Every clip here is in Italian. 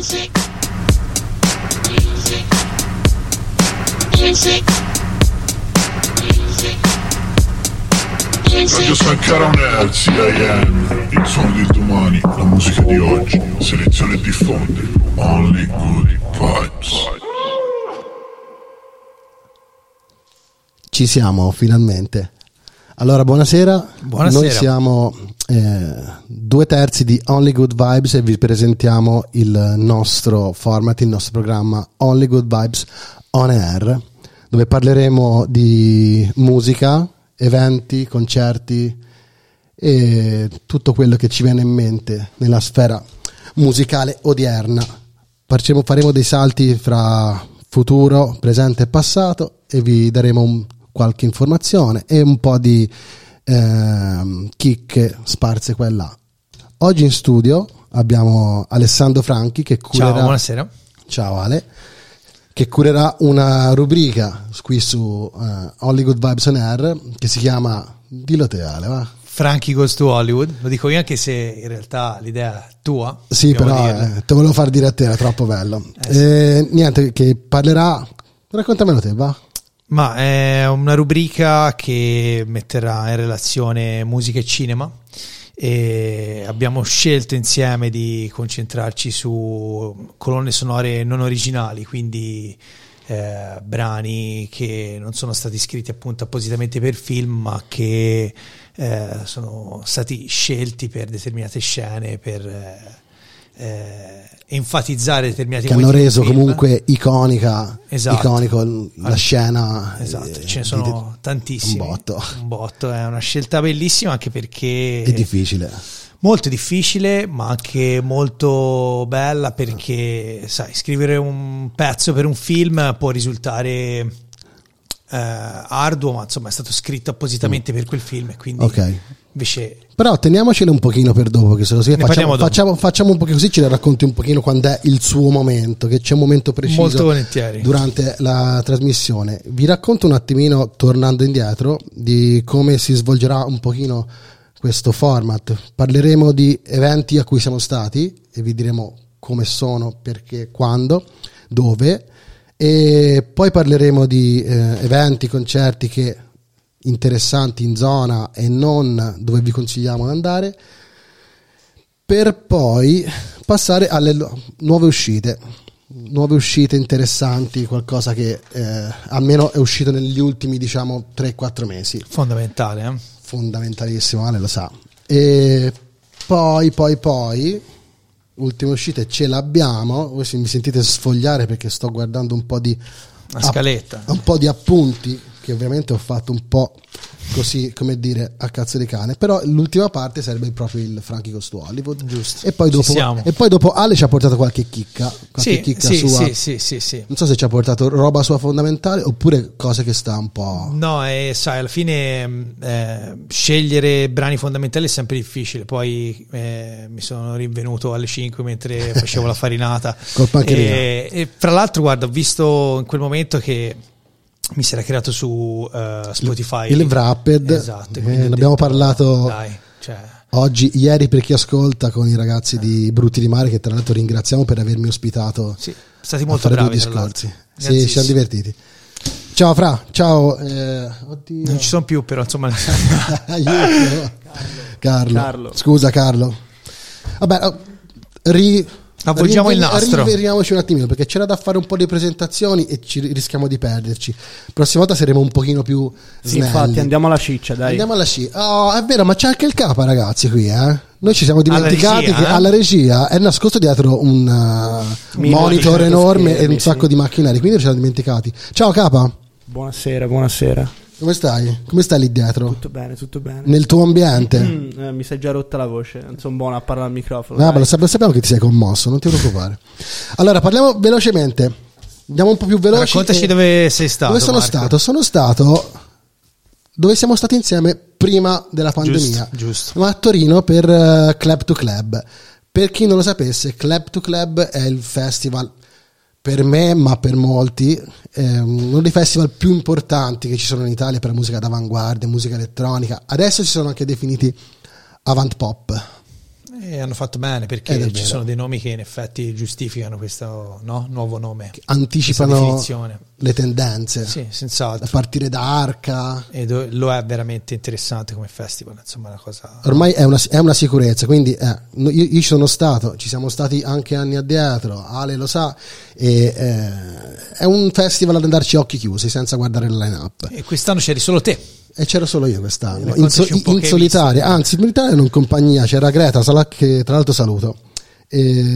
Radio Sankara on air, CIM, il suono del domani, la musica di oggi, selezione e diffonde, only good vibes. Ci siamo finalmente. Allora, buonasera. Noi siamo 2/3 di Only Good Vibes e vi presentiamo il nostro format, il nostro programma Only Good Vibes on Air, dove parleremo di musica, eventi, concerti e tutto quello che ci viene in mente nella sfera musicale odierna. Faremo dei salti fra futuro, presente e passato e vi daremo qualche informazione e un po' di chicche sparse qua e là. Oggi in studio abbiamo Alessandro Franchi che curerà. Ciao, buonasera. Ciao Ale, che curerà una rubrica qui su Only Good Vibes on Air che si chiama, dillo te Ale, va? Franchi Goes to Hollywood, lo dico io anche se in realtà l'idea è tua. Sì, però te volevo far dire a te, era troppo bello. Sì. Niente, che parlerà, raccontamelo te, va? Ma è una rubrica che metterà in relazione musica e cinema e abbiamo scelto insieme di concentrarci su colonne sonore non originali, quindi brani che non sono stati scritti appunto appositamente per film, ma che sono stati scelti per determinate scene, per enfatizzare determinati che hanno reso comunque iconico la scena. Esatto, ce ne sono tantissimi. Un botto, è una scelta bellissima anche perché è difficile, molto difficile, ma anche molto bella, perché sai, scrivere un pezzo per un film può risultare arduo, ma insomma è stato scritto appositamente per quel film e quindi invece però teniamocele un pochino per dopo, che se così facciamo un po' così, ce ne racconti un pochino quando è il suo momento, che c'è un momento preciso molto volentieri durante la trasmissione. Vi racconto un attimino, tornando indietro, di come si svolgerà un pochino questo format. Parleremo di eventi a cui siamo stati e vi diremo come sono, perché, quando, dove, e poi parleremo di eventi, concerti che interessanti in zona e non, dove vi consigliamo di andare, per poi passare alle nuove uscite interessanti, qualcosa che almeno è uscito negli ultimi 3-4 mesi. Fondamentalissimo, Ale lo sa. E poi ultime uscite ce l'abbiamo. Voi se mi sentite sfogliare perché sto guardando un po' di scaletta, un po' di appunti che ovviamente ho fatto un po' così, come dire, a cazzo di cane, però l'ultima parte sarebbe proprio il Franchi Goes to Hollywood, giusto? E poi dopo Ale ci ha portato qualche chicca sua. Sì. Non so se ci ha portato roba sua fondamentale oppure cose che sta un po'. No, sai, alla fine scegliere brani fondamentali è sempre difficile. Poi mi sono rinvenuto alle 5 mentre facevo la farinata. E fra l'altro, guarda, ho visto in quel momento che mi si era creato su Spotify il Wrapped, esatto, ne abbiamo parlato ieri per chi ascolta con i ragazzi di Brutti di Mare, che tra l'altro ringraziamo per avermi ospitato. Sì, stati molto bravi, due discorsi. Sì, ci siamo divertiti. Ciao Fra, ciao. Oddio. Non ci sono più, però insomma. Carlo. Scusa Carlo. Vabbè, avvolgiamo il nastro. Riveriamoci un attimino, perché c'era da fare un po' di presentazioni e rischiamo di perderci. Prossima volta saremo un pochino più snelli. Infatti andiamo alla ciccia, dai. Andiamo alla scia. Oh, è vero, ma c'è anche il capa, ragazzi, qui, Noi ci siamo dimenticati che alla regia è nascosto dietro un monitor enorme e un sacco di macchinari, quindi ci siamo dimenticati. Ciao capa. Buonasera. Come stai? Come stai lì dietro? Tutto bene. Nel tuo ambiente? Mi sei già rotta la voce, non sono buono a parlare al microfono. Ma lo sappiamo che ti sei commosso, non ti preoccupare. Allora, parliamo velocemente. Andiamo un po' più veloci. Raccontaci dove sei stato. Dove sono stato? Sono stato dove siamo stati insieme prima della pandemia. Giusto. Ma a Torino per Club to Club. Per chi non lo sapesse, Club to Club è il festival, per me, ma per molti, uno dei festival più importanti che ci sono in Italia per la musica d'avanguardia, musica elettronica. Adesso ci sono anche definiti avant pop. E hanno fatto bene, perché ci sono dei nomi che in effetti giustificano questo nuovo nome, che anticipano le tendenze. Sì, senz'altro. A partire da Arca. E lo è veramente interessante come festival, insomma, una cosa. Ormai è una sicurezza, quindi io ci sono stato, ci siamo stati anche anni addietro, Ale lo sa, e è un festival ad andarci a occhi chiusi senza guardare il line-up. E quest'anno c'eri solo te. E c'era solo io quest'anno, in solitaria, anzi in solitaria non compagnia, c'era Greta Salà, che tra l'altro saluto, che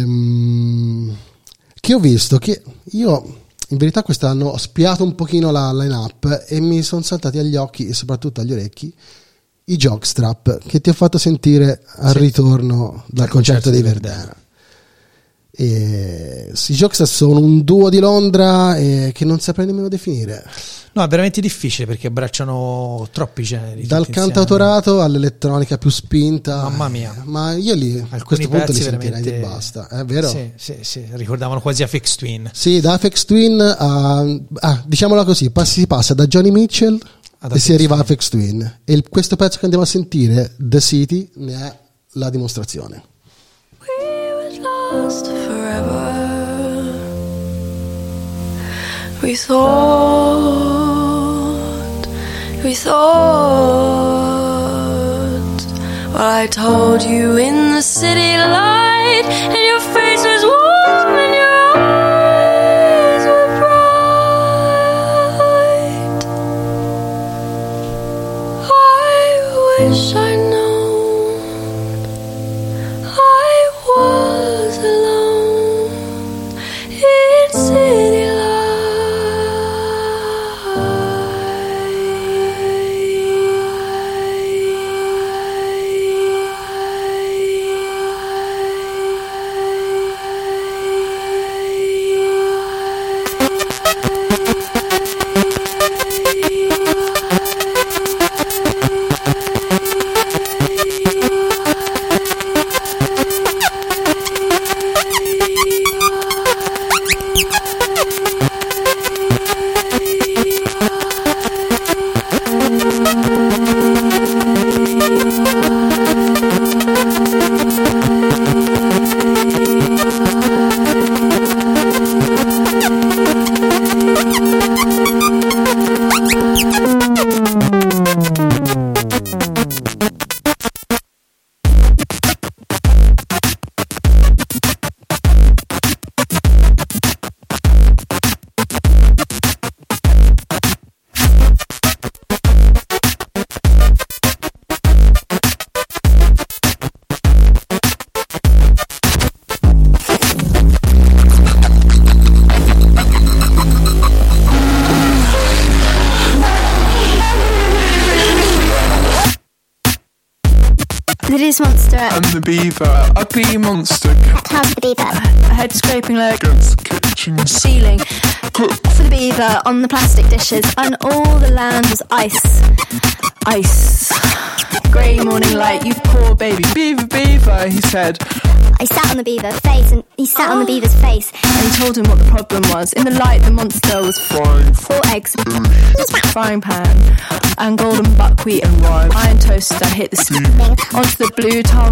ho visto, che io in verità quest'anno ho spiato un pochino la line-up e mi sono saltati agli occhi e soprattutto agli orecchi i Jockstrap, che ti ho fatto sentire al ritorno dal concerto di Verdena. I Jockstrap sono un duo di Londra che non saprei nemmeno definire. No, è veramente difficile perché abbracciano troppi generi. Dal cantautorato all'elettronica più spinta. Mamma mia. Ma io a questo punto li sentirei di basta. È vero? Sì. Ricordavano quasi Aphex Twin. Sì, da Aphex Twin a diciamola così, si passa da Johnny Mitchell e si arriva a Aphex Twin. E questo pezzo che andiamo a sentire, The City, ne è la dimostrazione. We were lost forever. We thought, well, I told you in the city light, and your face was warm and your eyes were bright. I wish I'd known I was alone in city light. This monster and the beaver, ugly monster. How's the beaver? Head scraping leg against kitchen ceiling. For the beaver on the plastic dishes, and all the land was ice. Ice. Grey morning light, you poor baby. Beaver, beaver, he said. I sat on the beaver's face, and he sat on the beaver's face. And he told him what the problem was. In the light, the monster was frying 4 eggs, frying pan, and golden buckwheat and rye. Iron toaster hit the ceiling onto the blue tile,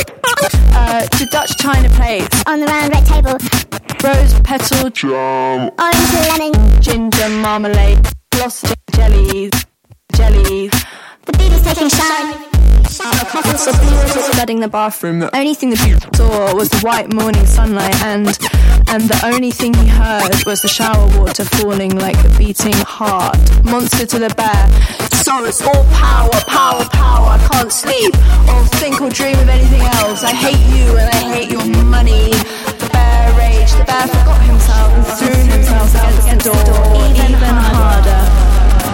to Dutch china plates on the round red table. Rose petal jam, orange lemon, ginger marmalade, gloss jellies. The beaver's taking a shower. The beaver was flooding the bathroom. The only thing the beaver saw was the white morning sunlight, and the only thing he heard was the shower water falling like a beating heart. Monster to the bear. So it's all power. I can't sleep or think or dream of anything else. I hate you and I hate your money. The bear raged. The bear forgot himself and threw himself against the door even harder.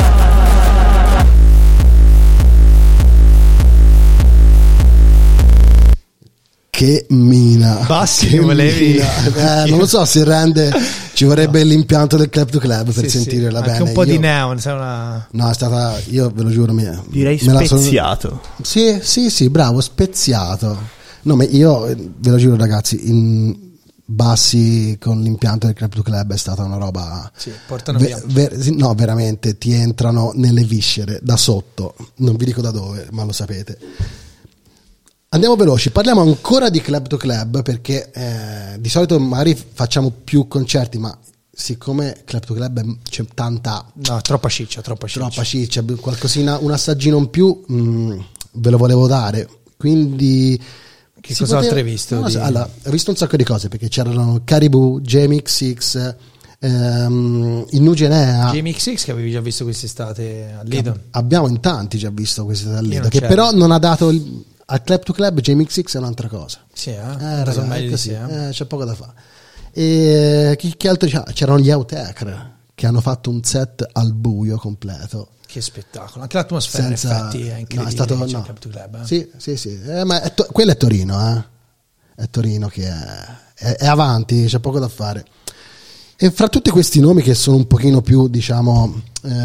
Che mina. Bassi che volevi. Non lo so, si rende. Ci vorrebbe l'impianto del Club to Club per sentirla anche bene. Un po' di neon. No, è stata. Io ve lo giuro. Direi speziato. Sì, bravo, speziato. No, ma io ve lo giuro, ragazzi. In bassi con l'impianto del Club to Club è stata una roba. Sì, portano via. No, veramente ti entrano nelle viscere da sotto. Non vi dico da dove, ma lo sapete. Andiamo veloci, parliamo ancora di club to club, perché di solito magari facciamo più concerti, ma siccome club to club c'è tanta... No, troppa ciccia, qualcosina, un assaggino in più ve lo volevo dare, quindi... Che cos'altro hai visto? Allora, ho visto un sacco di cose, perché c'erano Caribou, JMX6, il Nugenea. JMX6 che avevi già visto quest'estate a Lido. Abbiamo in tanti già visto quest'estate a Lido, che però non ha dato... Al club to club JMX6 è un'altra cosa. Sì, così, c'è poco da fare. E chi altro c'era? C'erano gli Outtake che hanno fatto un set al buio completo. Che spettacolo, anche l'atmosfera infatti è incredibile. No, è stato Club to club, Sì. Ma quello è Torino, È Torino che è avanti, c'è poco da fare. E fra tutti questi nomi che sono un pochino più, diciamo,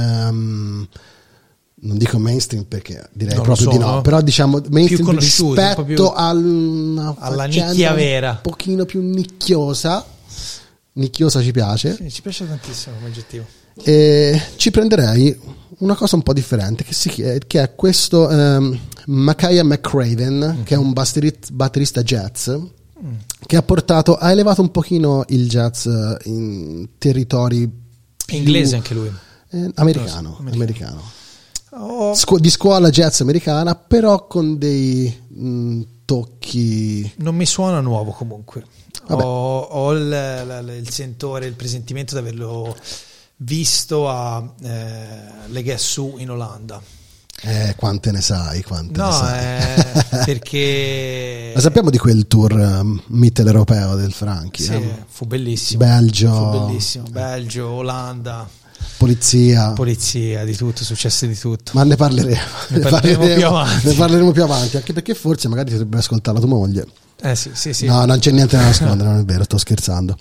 non dico mainstream perché direi non proprio di no, però diciamo mainstream rispetto alla nicchia vera, un pochino più nicchiosa ci piace. Sì, ci piace tantissimo come aggettivo. E ci prenderei una cosa un po' differente che è questo Makaya McCraven, che è un batterista jazz che ha elevato un pochino il jazz in territori inglese anche lui, americano. Di scuola jazz americana, però con dei tocchi. Non mi suona nuovo comunque. Ho il sentore, il presentimento di averlo visto a Legassù in Olanda. Quante ne sai? Perché ma sappiamo di quel tour mitteleuropeo del Franchi? Sì, fu bellissimo. Belgio, Olanda. Polizia, di tutto, successe di tutto. Ma ne parleremo più avanti, anche perché forse magari dovrebbe ascoltare la tua moglie. Sì. No, non c'è niente da nascondere, non è vero, sto scherzando.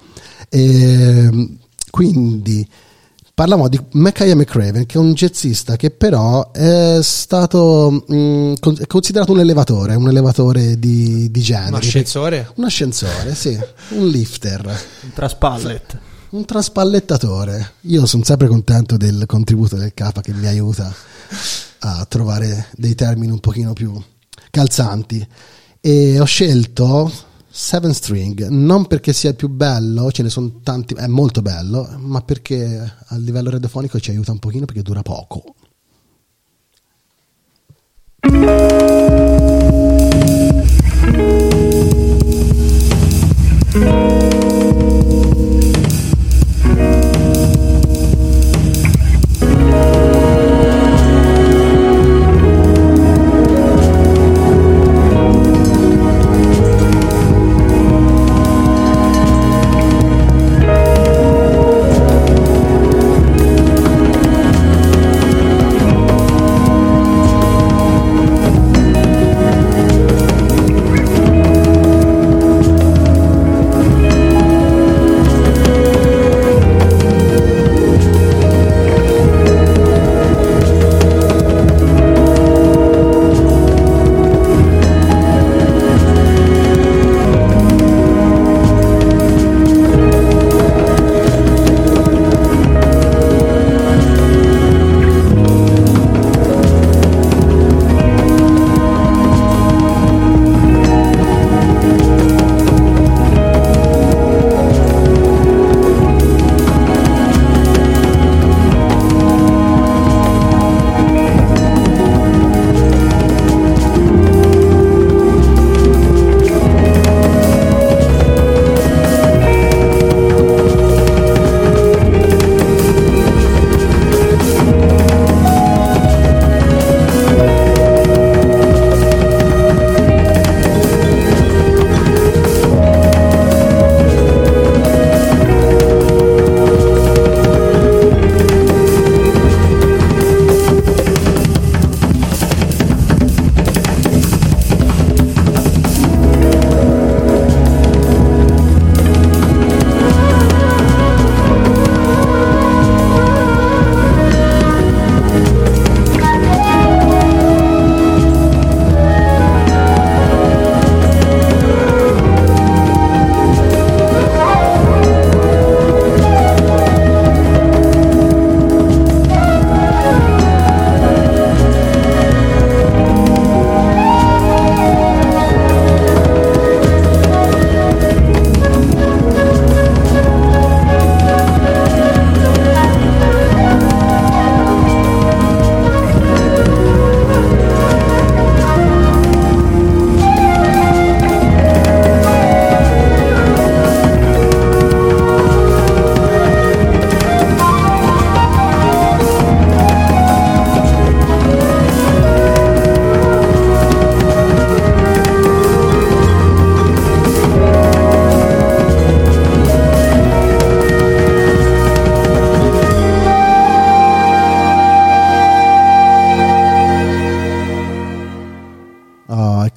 Quindi parliamo di Makaya McCraven, che è un jazzista che però è stato considerato un elevatore di genere. Un ascensore, sì, un lifter, un traspallettatore. Io sono sempre contento del contributo del Capa, che mi aiuta a trovare dei termini un pochino più calzanti, e ho scelto 7 String non perché sia il più bello, ce ne sono tanti, è molto bello, ma perché a livello radiofonico ci aiuta un pochino, perché dura poco.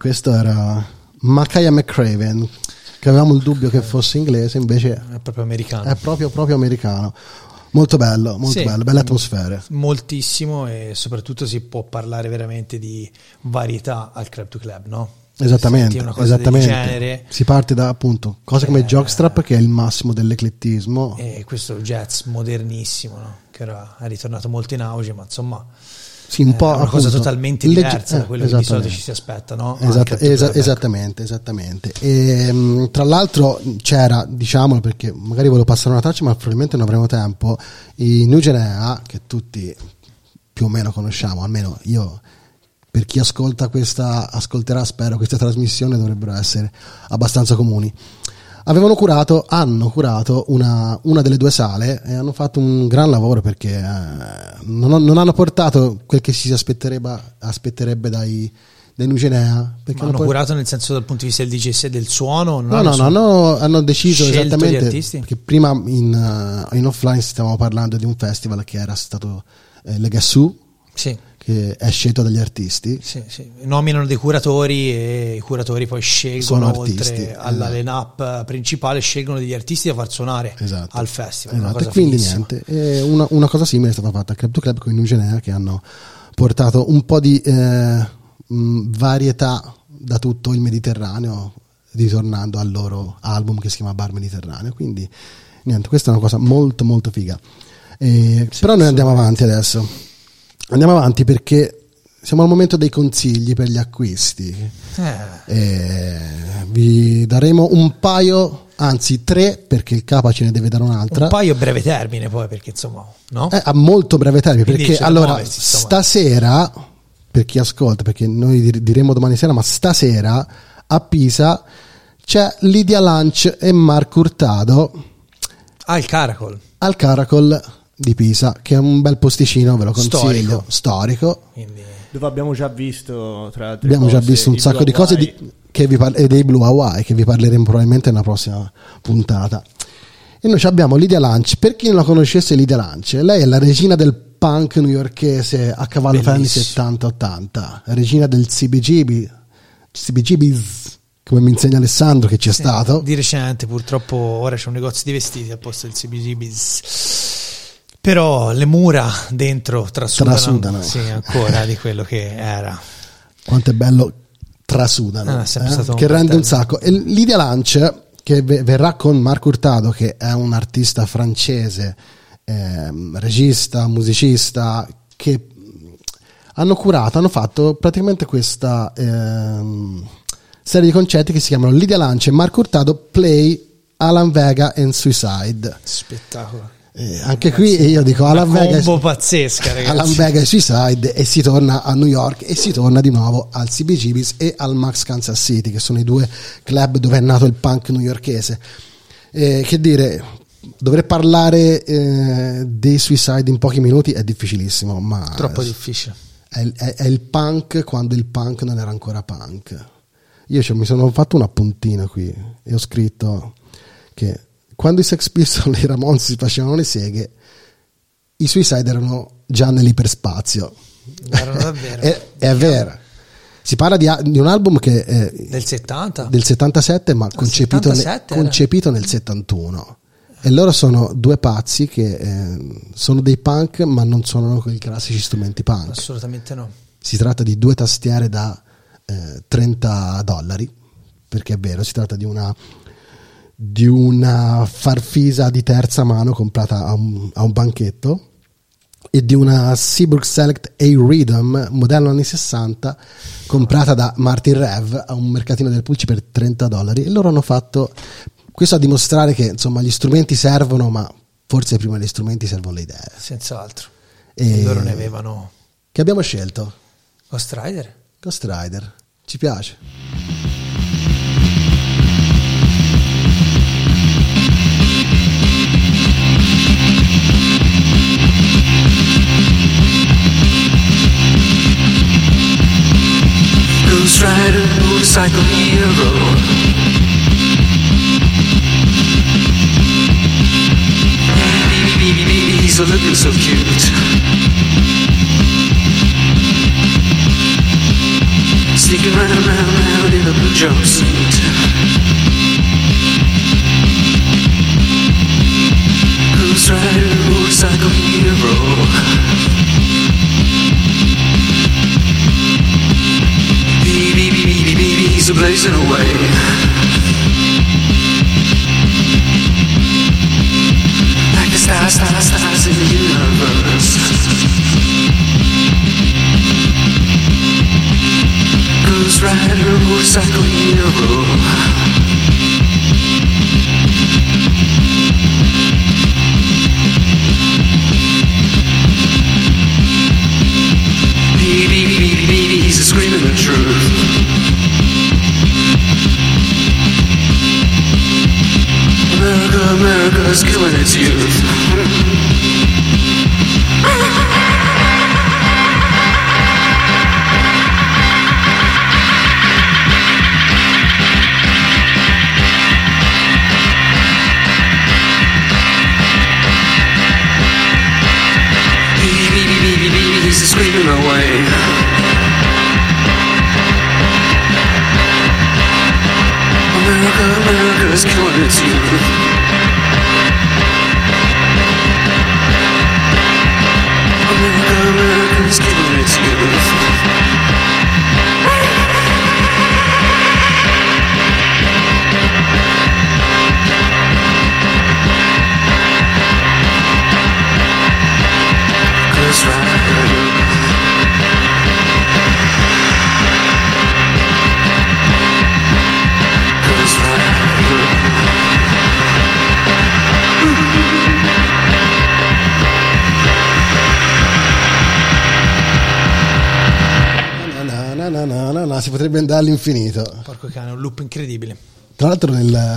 questo era Makaya McCraven, che avevamo il dubbio che fosse inglese, invece è proprio americano. È proprio americano. Molto bello, molto bello, belle atmosfere. Moltissimo, e soprattutto si può parlare veramente di varietà al Club to Club, no? Esattamente, una cosa del genere. Si parte da appunto cose come Jockstrap, che è il massimo dell'eclettismo, e questo jazz modernissimo, no? Che è ritornato molto in auge, ma insomma sì, un po' è una cosa totalmente diversa da quello che di solito ci si aspetta, no? Esattamente. E tra l'altro c'era, diciamolo perché magari volevo passare una traccia ma probabilmente non avremo tempo, i New Guinea, che tutti più o meno conosciamo, almeno io, per chi ascolterà spero questa trasmissione, dovrebbero essere abbastanza comuni. Hanno curato una delle due sale e hanno fatto un gran lavoro, perché non hanno portato quel che si aspetterebbe dai New Guinea. Hanno curato nel senso dal punto di vista del DJ e del suono? Hanno deciso esattamente, perché prima in offline stavamo parlando di un festival che era stato Le Gassou, sì, che è scelto dagli artisti. Sì. Nominano dei curatori e i curatori poi scelgono, oltre alla line-up principale, scelgono degli artisti da far suonare al festival. Una cosa quindi finissima. Niente, una cosa simile è stata fatta a Club to Club con i New Guinea, che hanno portato un po' di varietà da tutto il Mediterraneo, ritornando al loro album che si chiama Bar Mediterraneo. Quindi niente, questa è una cosa molto molto figa. Però noi andiamo avanti adesso. Andiamo avanti perché siamo al momento dei consigli per gli acquisti. Vi daremo un paio, anzi 3, perché il Capa ce ne deve dare un'altra. Un paio a breve termine poi, perché insomma, no? A molto breve termine. Quindi perché allora muoversi, stasera, per chi ascolta, perché noi diremo domani sera, ma stasera a Pisa c'è Lydia Lunch e Marco Hurtado al Caracol di Pisa, che è un bel posticino, ve lo consiglio, storico. Quindi, dove abbiamo già visto, tra l'altro, un sacco di cose e dei Blue Hawaii, che vi parleremo probabilmente nella prossima puntata. E noi abbiamo Lydia Lunch. Per chi non la conoscesse, Lydia Lunch, lei è la regina del punk newyorkese a cavallo fra gli anni 70-80, regina del CBGBs, come mi insegna Alessandro, che c'è stato di recente. Purtroppo ora c'è un negozio di vestiti al posto del CBGBs, però le mura dentro trasudano. Sì, ancora di quello che era. Quanto è bello trasudano, che rende un sacco. E Lydia Lunch, che verrà con Marco Hurtado, che è un artista francese, regista, musicista, che hanno fatto praticamente questa serie di concerti che si chiamano Lydia Lunch e Marco Hurtado Play Alan Vega and Suicide. Spettacolo. Anche qui io dico Alan Vega, pazzesca, ragazzi. Alan Vega e Suicide, e si torna a New York e si torna di nuovo al CBGBs e al Max Kansas City, che sono i due club dove è nato il punk newyorkese. Che dire, dovrei parlare dei Suicide in pochi minuti è difficilissimo, ma troppo difficile. È il punk quando il punk non era ancora punk. Io mi sono fatto un appuntino qui e ho scritto che quando i Sex Pistols e i Ramones si facevano le seghe, i Suicide erano già nell'iperspazio. Erano davvero. È vero. Si parla di un album che è del 70? Del 77, ma concepito nel 71. E loro sono due pazzi che sono dei punk, ma non suonano con i classici strumenti punk. Assolutamente no. Si tratta di due tastiere da $30, perché è vero, si tratta di una farfisa di terza mano comprata a un banchetto, e di una Seaburg Select A-Rhythm modello anni 60 comprata da Martin Rev a un mercatino del Pulci per $30. E loro hanno fatto questo a dimostrare che insomma gli strumenti servono, ma forse prima degli strumenti servono le idee. Senz'altro. E loro ne avevano. Che abbiamo scelto? Ghost Rider. Ci piace. Ghost Rider, motorcycle hero. Baby, he's looking so cute. Sneaking right around blazing away. Like the stars in the universe. Ghost rider, motorcycle hero. Baby, he's screaming the truth. America's killing its youth. Baby, he's screaming away. America's killing its youth. America's killing its youth. Ghost Rider. No, si potrebbe andare all'infinito. Porco cane, un loop incredibile. Tra l'altro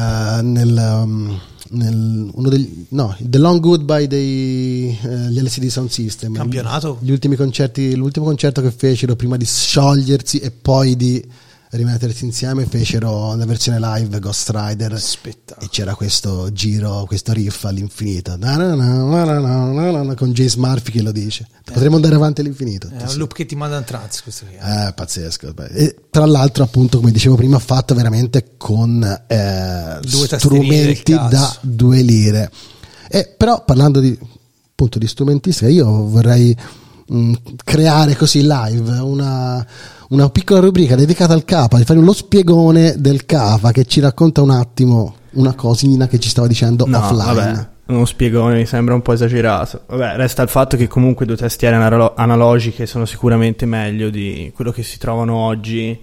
uno degli The Long Goodbye gli LCD Sound System, campionato, gli ultimi concerti, l'ultimo concerto che fecero prima di sciogliersi e poi di rimettersi insieme, fecero una versione live Ghost Rider. Spettacolo. E c'era questo giro, questo riff all'infinito con Jace Murphy che lo dice. Potremmo andare avanti all'infinito. È un loop che ti manda in trance, questo qui. Pazzesco. E tra l'altro, appunto, come dicevo prima, fatto veramente con strumenti da 2 lire. Però parlando di strumentistica, io vorrei creare così live una piccola rubrica dedicata al Capa, di fare lo spiegone del Capa che ci racconta un attimo una cosina che ci stava dicendo offline. Vabbè, uno spiegone mi sembra un po' esagerato. Vabbè, resta il fatto che comunque 2 tastiere analogiche sono sicuramente meglio di quello che si trovano oggi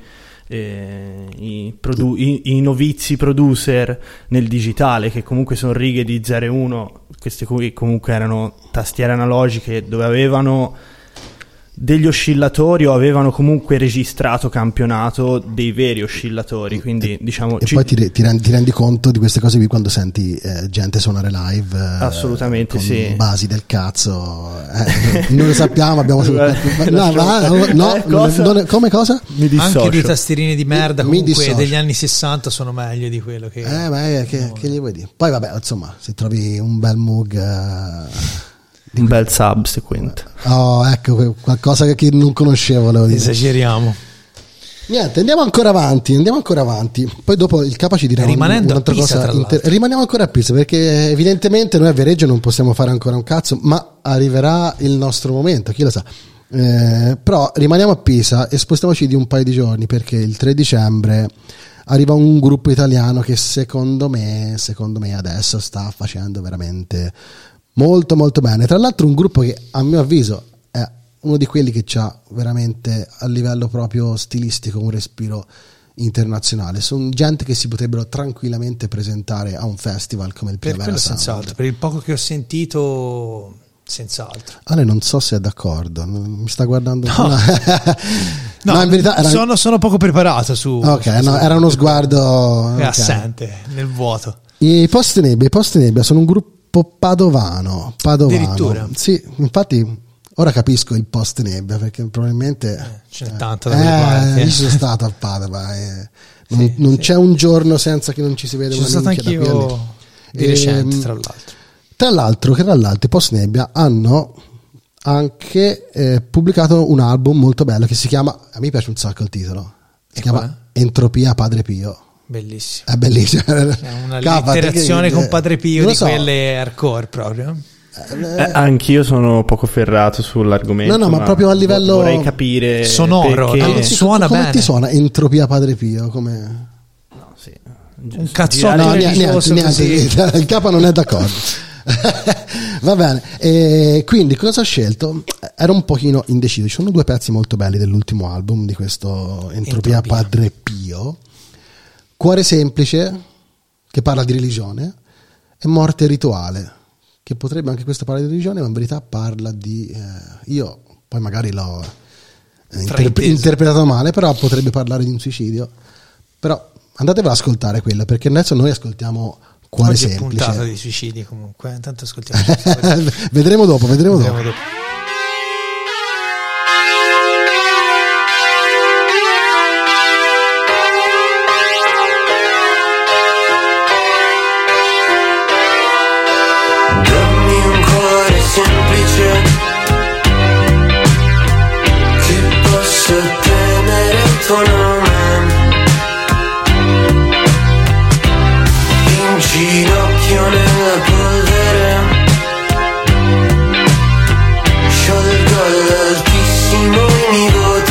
i novizi producer nel digitale, che comunque sono righe di 0 e 1. Queste qui comunque erano tastiere analogiche dove avevano degli oscillatori o avevano comunque registrato campionato dei veri oscillatori, quindi diciamo poi ti rendi conto di queste cose qui quando senti gente suonare live, assolutamente con sì, basi del cazzo, non lo sappiamo, abbiamo come cosa? Mi dissocio. Anche 2 tastierine di merda comunque degli anni 60 sono meglio di quello che che gli vuoi dire? Poi vabbè, insomma, se trovi un bel Moog un bel subsequent, ecco qualcosa che non conoscevo, volevo dire. Esageriamo. Niente, andiamo ancora avanti. Poi dopo il Capa ci dirà un'altra cosa. Rimaniamo ancora a Pisa, perché evidentemente noi a Viareggio non possiamo fare ancora un cazzo, ma arriverà il nostro momento, chi lo sa. Però rimaniamo a Pisa e spostiamoci di un paio di giorni, perché il 3 dicembre arriva un gruppo italiano che secondo me adesso sta facendo veramente molto molto bene. Tra l'altro un gruppo che a mio avviso è uno di quelli che c'ha veramente a livello proprio stilistico un respiro internazionale. Sono gente che si potrebbero tranquillamente presentare a un festival come il Primavera Sound. Senz'altro, per il poco che ho sentito, senz'altro. Ale, non so se è d'accordo, mi sta guardando. No, in verità sono poco preparato su. Era uno sguardo assente nel vuoto. I Post Nebbia sono un gruppo padovano. Addirittura. Sì, infatti ora capisco il Post Nebbia, perché probabilmente c'è tanto da quelle parti. Io sono stato a Padova non c'è un giorno senza che non ci si vede una minchia da quelli. Ci sono stato anch'io di recente, tra l'altro i Post Nebbia hanno anche pubblicato un album molto bello che si chiama, a me piace un sacco il titolo, si chiama Entropia Padre Pio. Bellissimo. È bellissimo. È una letterazione con Padre Pio di quelle hardcore proprio. Anch'io sono poco ferrato sull'argomento. No, ma proprio a livello vorrei capire sonoro, perché... suona come bene. Ti suona Entropia Padre Pio? Come un cazzotto niente, il capo non è d'accordo. Va bene, e quindi cosa ho scelto? Ero un pochino indeciso. Ci sono 2 pezzi molto belli dell'ultimo album di questo Entropia Padre Pio: Cuore semplice, che parla di religione, e Morte rituale, che potrebbe anche questo parlare di religione, ma in verità parla di io poi magari l'ho interpretato male, però potrebbe parlare di un suicidio. Però andatevela ad ascoltare quella, perché adesso noi ascoltiamo Cuore Oggi semplice. è puntata di suicidi comunque, intanto ascoltiamo. vedremo dopo. Dammi un cuore semplice, che posso tenere il tuo nome. In ginocchio nella polvere, sciolgo all'altissimo i miei voti.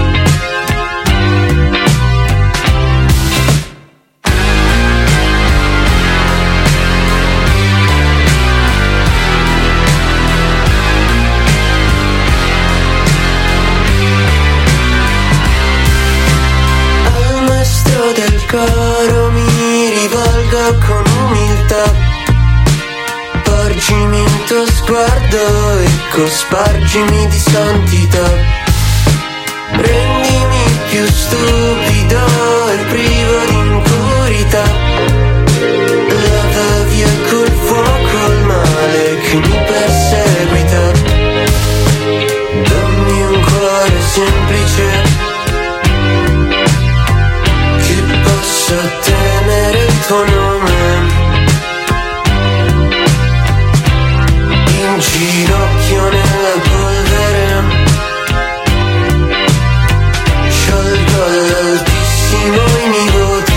Al maestro del coro mi rivolgo con umiltà, porgimi il tuo sguardo e cospargimi di santità. Rendimi più stupido e privo di impurità, lava via col fuoco il male che mi perseguita. Dammi un cuore semplice, che posso tenere il tuo nome. In ginocchio nella polvere, sciolgo all'altissimo i miei voti.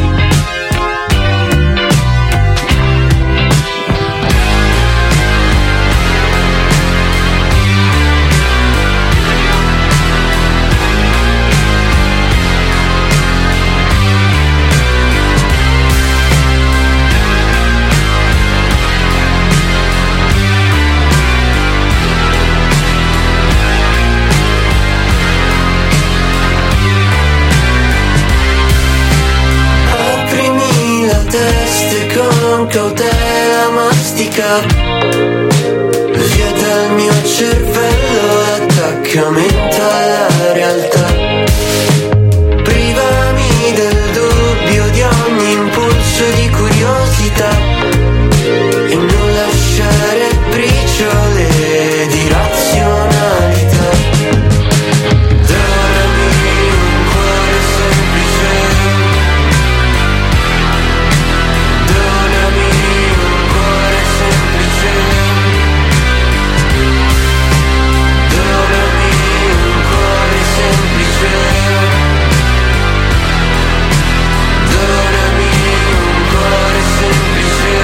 Aprimi la testa e con cautela mastica, via dal mio cervello l'attaccamento alla realtà. Privami del dubbio di ogni impulso di curiosità e non lasciare briciole di razionalità. Donami un cuore semplice, donami un cuore semplice, donami un cuore semplice, donami un cuore semplice.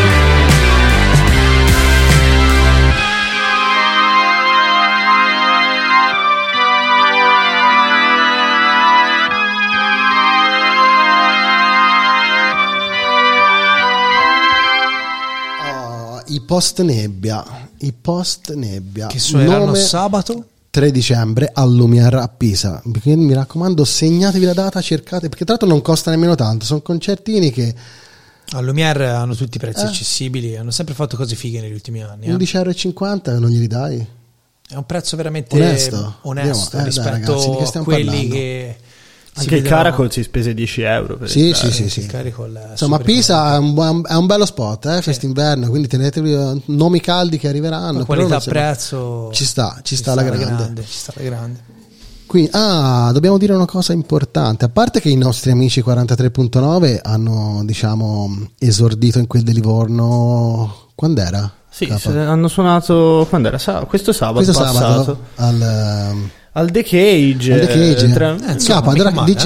I post nebbia Che suoneranno sabato 3 dicembre al Lumiere a Pisa. Quindi mi raccomando, segnatevi la data, cercate, perché tra l'altro non costa nemmeno tanto, sono concertini che al Lumiere hanno tutti i prezzi accessibili, hanno sempre fatto cose fighe negli ultimi anni. 11,50 € non glieli dai? È un prezzo veramente onesto rispetto dai, ragazzi, di che a stiamo quelli parlando? che Anche il Caracol si spese 10 euro per Sì. il Caracol è Insomma, super Pisa è un bello spot, quest'inverno, quindi tenetevi nomi caldi che arriveranno. Qualità-prezzo ci sta alla grande. Ci sta alla grande. Quindi, dobbiamo dire una cosa importante, a parte che i nostri amici 43.9 hanno, diciamo, esordito in quel di Livorno, quando era? Sì, hanno suonato quando era? Questo sabato passato al The Cage.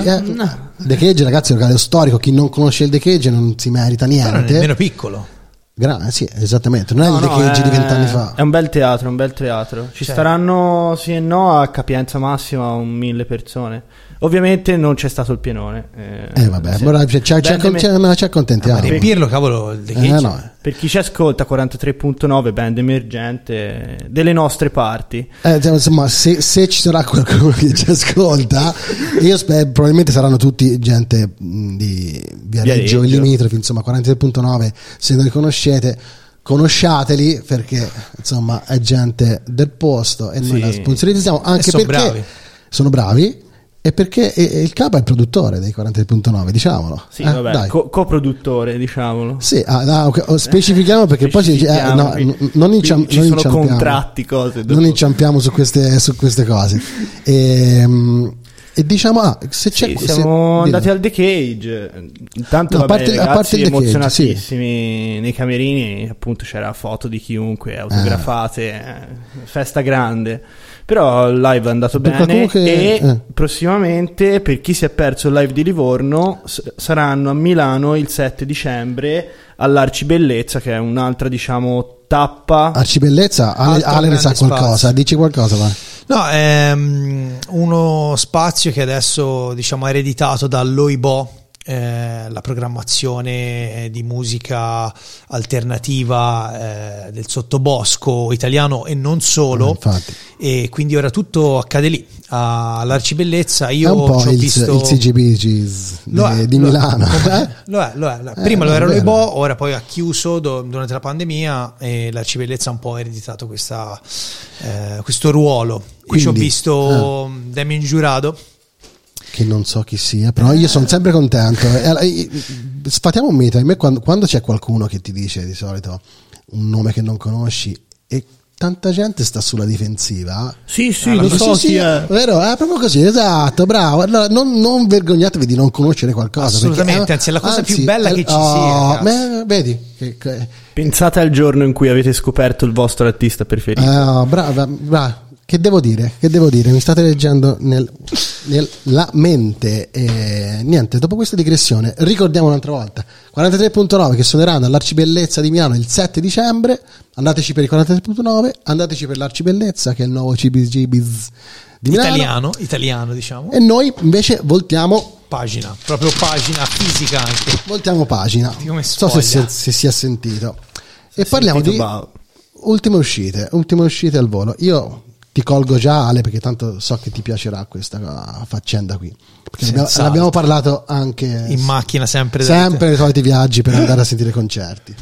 The Cage, ragazzi, è un locale storico. Chi non conosce il The Cage non si merita niente. Però è nemmeno piccolo. Sì, esattamente, non è il The Cage di 20 anni fa. È un bel teatro. Ci staranno sì e no a capienza massima 1.000 persone. Ovviamente non c'è stato il pienone. Vabbè, ci accontentiamo. Ma riempirlo, cavolo, il The Cage. No. Per chi ci ascolta, 43.9, band emergente delle nostre parti. Insomma, se ci sarà qualcuno che ci ascolta, io spero, probabilmente saranno tutti gente di Viareggio e limitrofi, insomma 43.9, se non li conoscete, conosciateli, perché insomma è gente del posto e noi la sponsorizziamo anche perché sono bravi. E perché il capo è il produttore dei 43.9, diciamolo. Sì, vabbè, coproduttore, diciamolo. Sì, specifichiamo perché poi non inciampiamo. Ci sono contratti, cose. Non inciampiamo su queste cose. E diciamo, se c'è... siamo andati al The Cage. Intanto, a parte il emozionatissimi nei camerini, appunto c'era foto di chiunque, autografate, festa grande. Però il live è andato bene e prossimamente, per chi si è perso il live di Livorno, saranno a Milano il 7 dicembre all'Arcibellezza, che è un'altra, diciamo, tappa. Arcibellezza? Ale ne sa qualcosa, spazio. Dici qualcosa, va. No, è uno spazio che adesso, diciamo, è ereditato dall'Oibò, la programmazione di musica alternativa del sottobosco italiano e non solo, e quindi ora tutto accade lì all'Arcibellezza. Io è un po' ci ho visto il CGBGs di Milano. Lo è. Prima lo era l'Oibò, ora poi ha chiuso durante la pandemia, e l'Arcibellezza ha un po' ereditato questo ruolo. Qui ci ho visto Damien Giurado, che non so chi sia, però io sono sempre contento. Sfatiamo un mito. A me quando c'è qualcuno che ti dice di solito un nome che non conosci e tanta gente sta sulla difensiva, lo so chi è. Vero? È proprio così, esatto, bravo. Allora non vergognatevi di non conoscere qualcosa, assolutamente, perché, anzi è la cosa più bella che ci sia. Vedi pensate al giorno in cui avete scoperto il vostro artista preferito. Brava. Che devo dire? Mi state leggendo nella mente. Niente, dopo questa digressione, ricordiamo un'altra volta: 43.9 che suoneranno all'Arcibellezza di Milano il 7 dicembre. Andateci per il 43.9, andateci per l'Arcibellezza, che è il nuovo CBGBiz di Milano. Italiano, diciamo. E noi invece voltiamo pagina, proprio pagina fisica anche. Voltiamo pagina. Non so se si è sentito. E parliamo di ultime uscite al volo. Io ti colgo già, Ale, perché tanto so che ti piacerà questa faccenda qui, perché l'abbiamo parlato anche in macchina, sempre i soliti viaggi per andare a sentire concerti.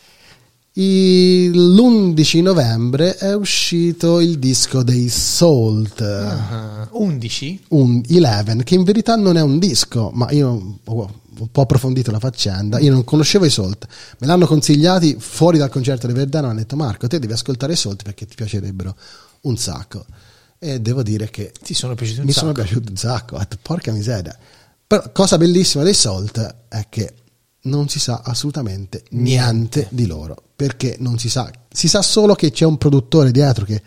L'11 novembre è uscito il disco dei Salt. 11, che in verità non è un disco, ma io ho un po' approfondito la faccenda. Io non conoscevo i Salt, me l'hanno consigliati fuori dal concerto di Verdano. Hanno detto: Marco, te devi ascoltare i Salt perché ti piacerebbero un sacco. E devo dire che ti sono piaciuti sono piaciuti un sacco. Porca miseria. Però cosa bellissima dei Salt è che non si sa assolutamente niente di loro, perché non si sa solo che c'è un produttore dietro, che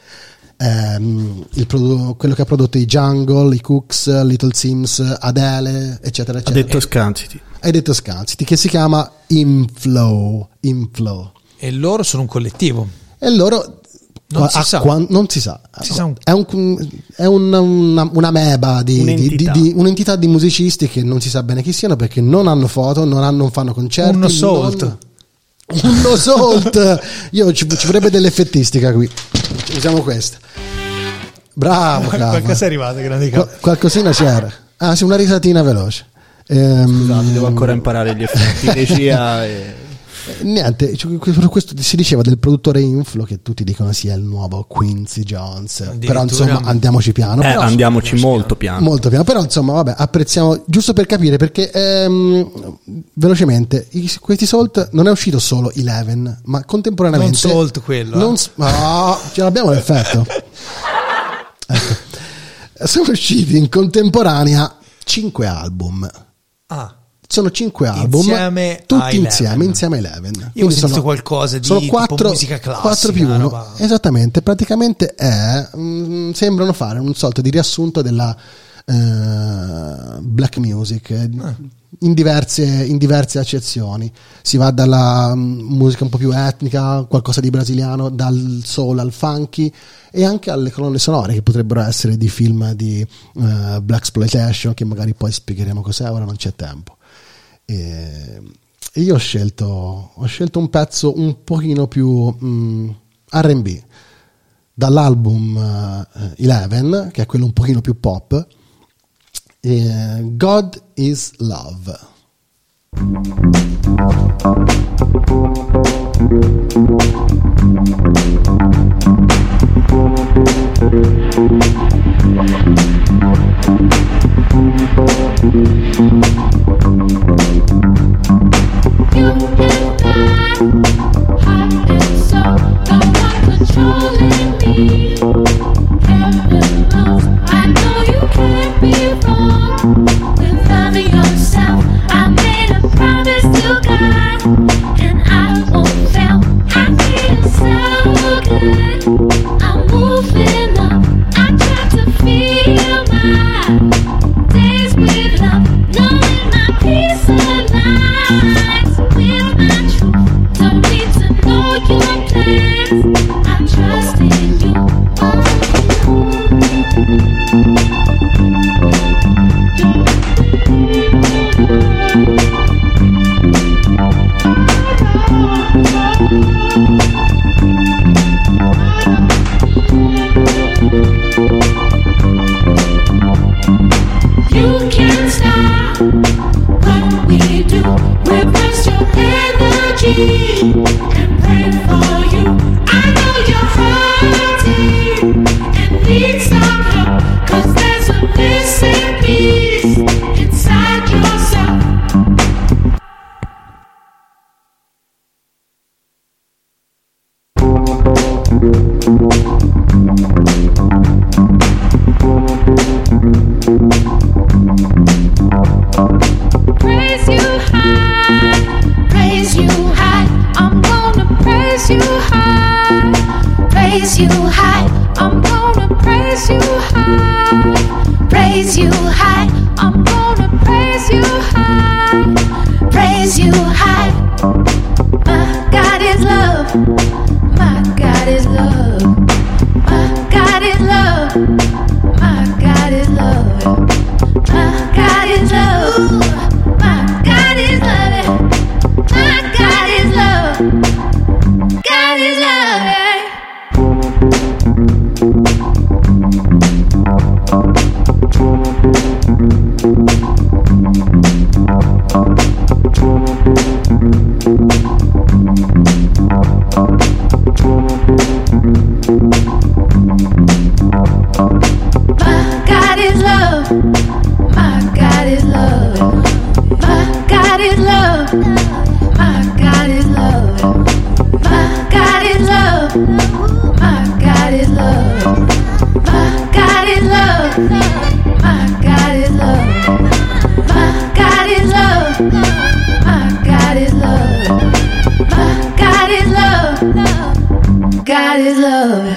quello che ha prodotto i Jungle, i Cooks, Little Sims, Adele, eccetera eccetera. Hai detto Scansiti, che si chiama Inflow. E loro sono un collettivo, e loro non si sa. È una meba di un'entità di musicisti che non si sa bene chi siano, perché non hanno foto, non fanno concerti. Uno Salt. Ci vorrebbe dell'effettistica qui. Usiamo questa. Bravo. Qualcosa è arrivato, grande capo. Qualcosina c'era. Sì, una risatina veloce. Scusate, devo ancora imparare gli effetti di regia. Niente, questo si diceva del produttore Inflow, che tutti dicono sia il nuovo Quincy Jones, però insomma andiamoci piano. Andiamoci molto piano, però insomma vabbè, apprezziamo, giusto per capire, perché velocemente questi Salt non è uscito solo 11, ma contemporaneamente non Salt quello ce l'abbiamo l'effetto. Ecco. Sono usciti in contemporanea 5 album. Sono 5 album tutti insieme a 11. Io ho sentito qualcosa di tipo musica classica, 4+1, esattamente. Praticamente sembrano fare un sorta di riassunto della black music, in diverse accezioni. Si va dalla musica un po' più etnica, qualcosa di brasiliano, dal soul al funky, e anche alle colonne sonore che potrebbero essere di film di blaxploitation, che magari poi spiegheremo cos'è, ora non c'è tempo. E io ho scelto un pezzo un pochino più R&B dall'album 11, che è quello un pochino più pop. God is Love. You and I, hot and so, don't want controlling me. Heaven knows, I know you can't be wrong with loving yourself. I made a promise to God, and I won't fail. I feel so good. I'm moving up. I try to feel my days with love, knowing my peace of mind with my truth. Don't need to know your plans. I trust in you. You can't stop what we do. Reverse your energy and pray for you. I know you're hurting and need some help, 'cause there's a missing piece inside yourself. Praise you high, praise you high. I'm gonna praise you high, praise you high. I'm gonna praise you high, praise you high. I'm gonna praise you high, praise you high. My God is love, my God is love, my God is love, my God is love. My God is love. My God is love. My God is love. God is love. My God is love. My God is love. My God is love. My God is love. My God is love. My God is love. My God is love. My God is love. My God is love. My God is love. My God is love. God is love.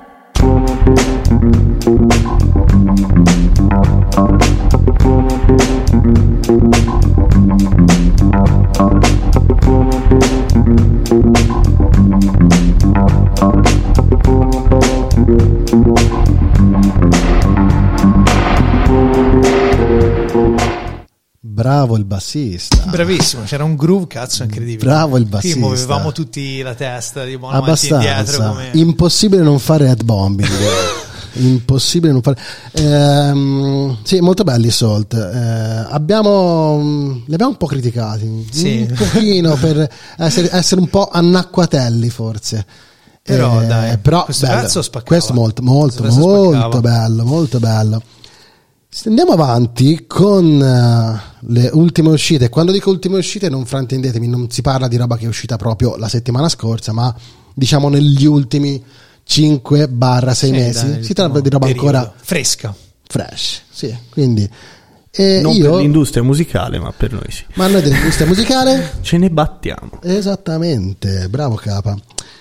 Bravo il bassista. Bravissimo, c'era un groove cazzo incredibile. Bravo il bassista. Qui muovevamo tutti la testa di buona avanti e indietro come... Impossibile non fare head bombing. Impossibile non fare sì, molto belli Salt. Li abbiamo un po' criticati, sì. Un pochino per essere un po' annacquatelli forse. Però dai, però questo bello. pezzo spaccava. Questo molto bello, molto bello. Andiamo avanti con le ultime uscite. Quando dico ultime uscite non fraintendetemi, non si parla di roba che è uscita proprio la settimana scorsa, ma diciamo negli ultimi 5-6 mesi. Si tratta di roba ancora fresca, fresh, sì. Quindi non per l'industria musicale, ma per noi sì. Ma noi dell'industria musicale ce ne battiamo. Esattamente, bravo Capa.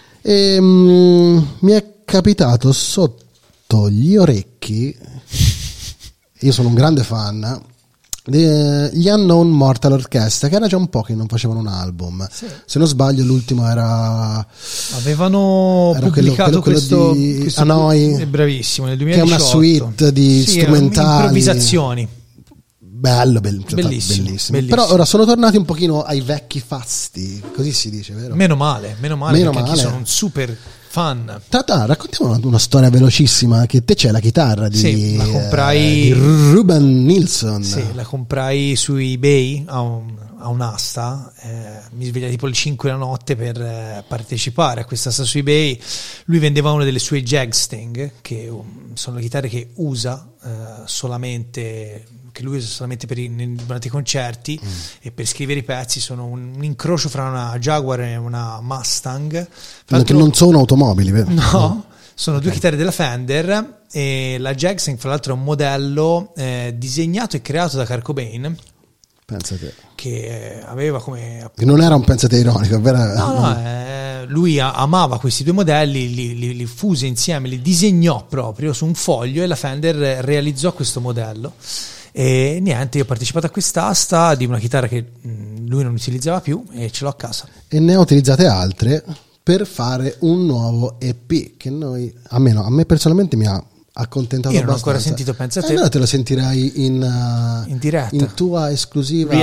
Mi è capitato sotto gli orecchi, io sono un grande fan, Gli Unknown Mortal Orchestra, che era già un po' che non facevano un album. Sì. Se non sbaglio l'ultimo avevano pubblicato questo Hanoi, è bravissimo, nel 2018, che è una suite di strumentali, improvvisazioni. Bellissimo. Però ora sono tornati un pochino ai vecchi fasti, così si dice, vero? Meno male perché sono un super fan. Raccontiamo una storia velocissima, che te c'è la chitarra di, la comprai, di Ruben Nilsson. Sì, la comprai su eBay a un'asta, mi svegliai tipo alle 5 la notte per partecipare a questa asta su eBay. Lui vendeva una delle sue Jagsting, che sono le chitarre che usa solamente durante i concerti e per scrivere i pezzi. Sono un incrocio fra una Jaguar e una Mustang, che non sono automobili, vero? No, sono due chitarre della Fender, e la Jagsting fra l'altro è un modello disegnato e creato da Kurt Cobain. Pensate. Che aveva come... Che non era un pensate ironico, vero? No, lui amava questi due modelli, li fuse insieme, li disegnò proprio su un foglio, e la Fender realizzò questo modello. E niente, io ho partecipato a quest'asta di una chitarra che lui non utilizzava più, e ce l'ho a casa. E ne ho utilizzate altre per fare un nuovo EP che a me personalmente mi ha accontentato. Io non ho ancora sentito, pensa te. Allora te lo sentirai in diretta, in tua esclusiva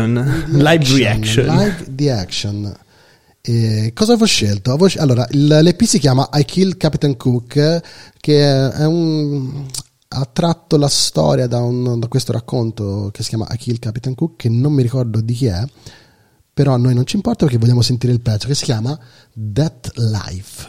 live reaction. E cosa avevo scelto? Allora, l'EP si chiama I Kill Captain Cook, che ha tratto la storia da questo racconto che si chiama I Kill Captain Cook, che non mi ricordo di chi è, però a noi non ci importa perché vogliamo sentire il pezzo, che si chiama That Life.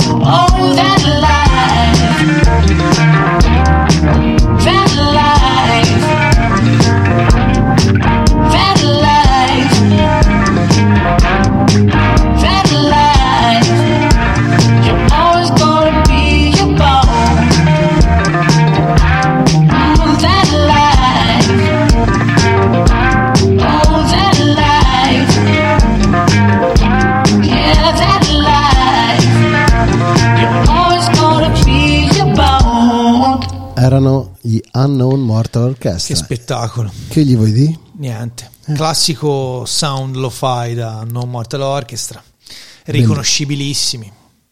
That life Unknown Mortal Orchestra. Che spettacolo. Che gli vuoi dire? Niente. Classico sound lo-fi da Unknown Mortal Orchestra. Riconoscibilissimi.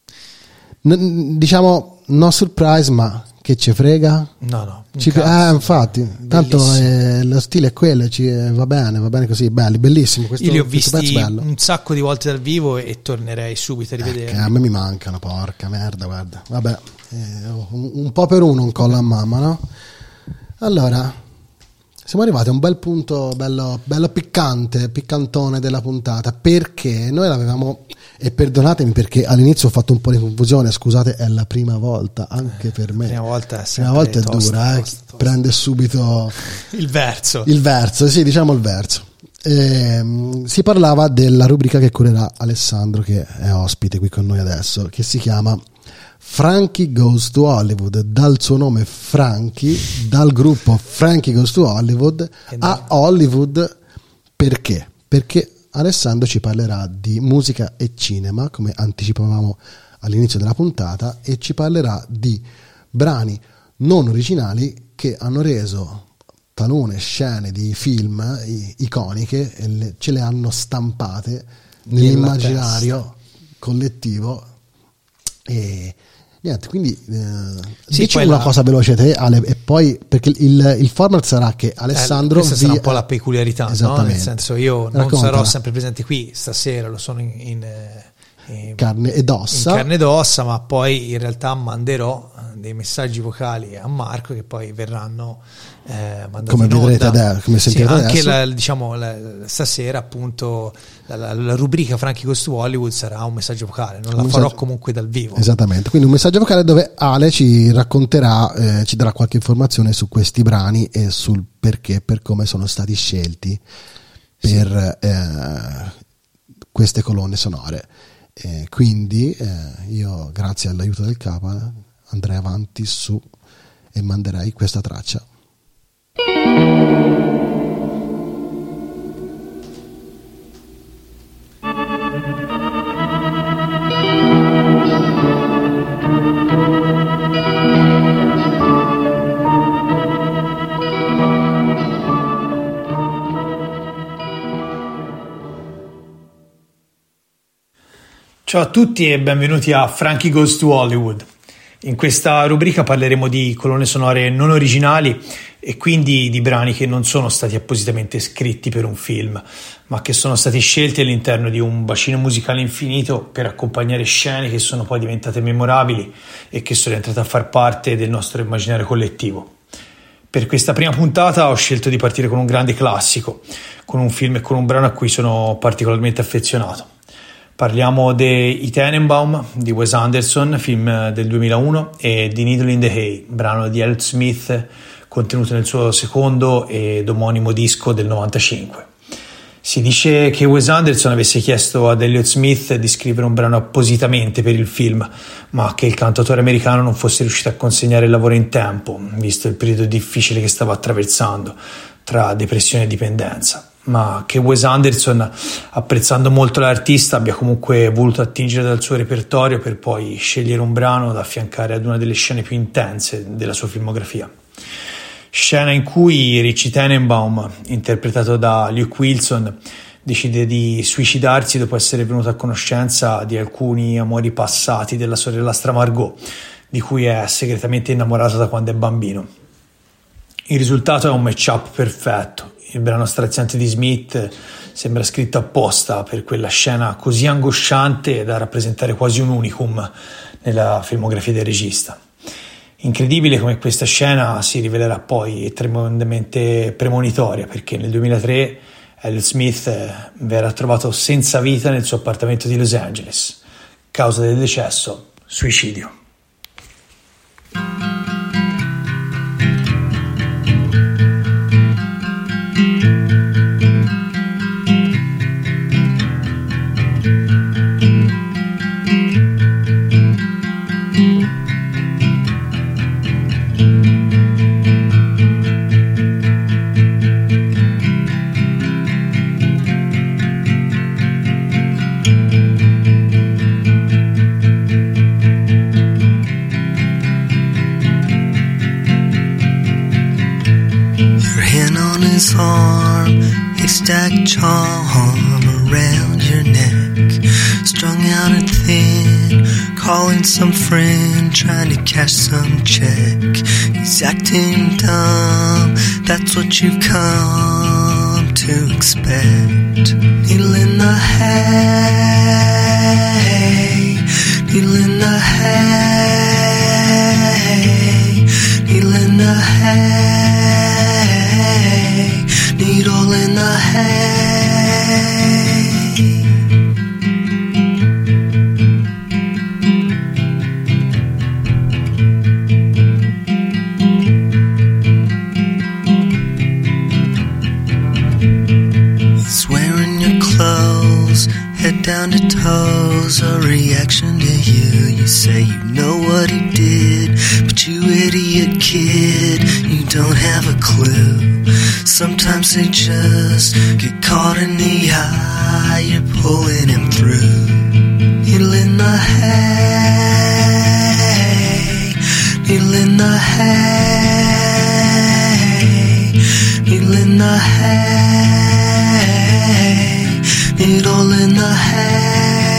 Diciamo, no surprise, ma che ci frega? No. Infatti, tanto lo stile è quello, va bene così, belli, bellissimo. Io li ho visti un sacco di volte dal vivo e tornerei subito a rivederli. A me mi mancano, porca merda, guarda. Vabbè, un po' per uno, un collo a mamma, no? Allora, siamo arrivati a un bel punto, bello piccantone della puntata, perché noi l'avevamo, e perdonatemi perché all'inizio ho fatto un po' di confusione, scusate, è la prima volta anche per me. La prima volta è dura, tosta. Prende subito il verso, sì, diciamo il verso. Si parlava della rubrica che curerà Alessandro, che è ospite qui con noi adesso, che si chiama Frankie Goes to Hollywood, dal suo nome Frankie, dal gruppo Frankie Goes to Hollywood a Hollywood. Perché Alessandro ci parlerà di musica e cinema, come anticipavamo all'inizio della puntata, e ci parlerà di brani non originali che hanno reso talune scene di film iconiche e ce le hanno stampate nell'immaginario collettivo. E niente, quindi dici una cosa veloce te, Ale, e poi perché il format sarà che Alessandro questa sarà un po' la peculiarità, no? Nel senso, io non sarò sempre presente qui stasera, lo sono in carne ed ossa, ma poi in realtà manderò dei messaggi vocali a Marco che poi verranno mandati come vedrete adesso, come sentirete adesso. Anche stasera appunto la rubrica Frankie Goes to Hollywood sarà un messaggio vocale, non la farò comunque dal vivo. Esattamente, quindi un messaggio vocale dove Ale ci racconterà, ci darà qualche informazione su questi brani e sul perché, per come sono stati scelti per queste colonne sonore. Quindi io, grazie all'aiuto del capo, andrei avanti su e manderei questa traccia. Ciao a tutti e benvenuti a Frankie Goes to Hollywood. In questa rubrica parleremo di colonne sonore non originali e quindi di brani che non sono stati appositamente scritti per un film, ma che sono stati scelti all'interno di un bacino musicale infinito per accompagnare scene che sono poi diventate memorabili e che sono entrate a far parte del nostro immaginario collettivo. Per questa prima puntata ho scelto di partire con un grande classico, con un film e con un brano a cui sono particolarmente affezionato. Parliamo di I Tenenbaum di Wes Anderson, film del 2001, e di Needle in the Hay, brano di Elliott Smith contenuto nel suo secondo ed omonimo disco del 95. Si dice che Wes Anderson avesse chiesto ad Elliott Smith di scrivere un brano appositamente per il film, ma che il cantautore americano non fosse riuscito a consegnare il lavoro in tempo, visto il periodo difficile che stava attraversando tra depressione e dipendenza. Ma che Wes Anderson, apprezzando molto l'artista, abbia comunque voluto attingere dal suo repertorio per poi scegliere un brano da affiancare ad una delle scene più intense della sua filmografia. Scena in cui Richie Tenenbaum, interpretato da Luke Wilson, decide di suicidarsi dopo essere venuto a conoscenza di alcuni amori passati della sorellastra Margot, di cui è segretamente innamorato da quando è bambino. Il risultato è un match-up perfetto. Il brano straziante di Smith sembra scritto apposta per quella scena così angosciante da rappresentare quasi un unicum nella filmografia del regista. Incredibile come questa scena si rivelerà poi tremendamente premonitoria, perché nel 2003 Elliott Smith verrà trovato senza vita nel suo appartamento di Los Angeles. Causa del decesso: suicidio. devil's arm, haystack charm around your neck, strung out and thin, calling some friend, trying to cash some check. He's acting dumb, that's what you've come to expect. Needle in the hay, needle in the hay, needle in the hay, needle in the hay. He's wearing your clothes, head down to toes, a reaction to you. You say you know what he did, but you idiot kid, you don't have a clue. Sometimes they just get caught in the eye, you're pulling him through. Needle in the hay, needle in the hay, needle in the hay, needle in the hay.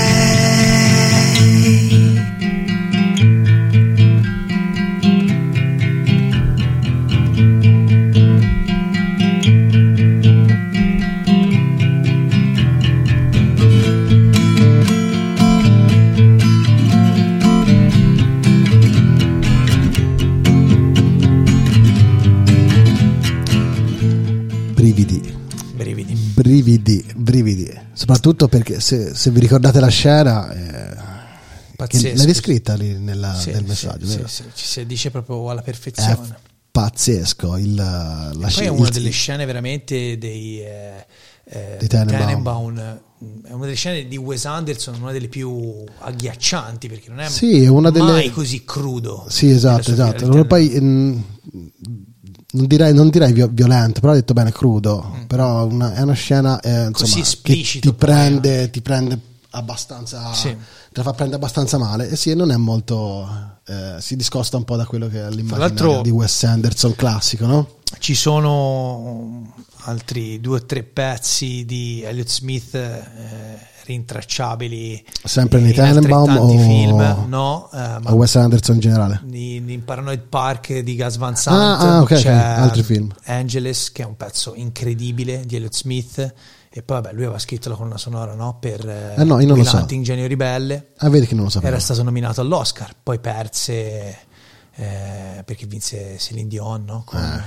Brividi, soprattutto perché se vi ricordate la scena, Pazzesco. l'hai descritta lì nel messaggio, sì, ci si dice proprio alla perfezione. È pazzesco la poi scena, è una delle scene veramente dei Tannenbaum. È una delle scene di Wes Anderson, una delle più agghiaccianti, perché non è mai così crudo. Sì, esatto. Poi non direi violento, però ha detto bene crudo, però è una scena così insomma, esplicito, che ti prende abbastanza, te la fa prendere abbastanza male, e sì, non è molto si discosta un po' da quello che è l'immaginario di Wes Anderson classico, no? Ci sono altri 2 o 3 pezzi di Elliott Smith rintracciabili sempre nei Tannenbaum o film, no, a Wes Anderson in generale, in Paranoid Park di Gus Van Sant. Okay, c'è altri film, Angeles, che è un pezzo incredibile di Elliott Smith, e poi lui aveva scritto la colonna sonora, no, per io non lo so. Hunting Genio Ribelle. Vedi che non lo sapevo. Era stato nominato all'Oscar, poi perse perché vinse Céline Dion, no?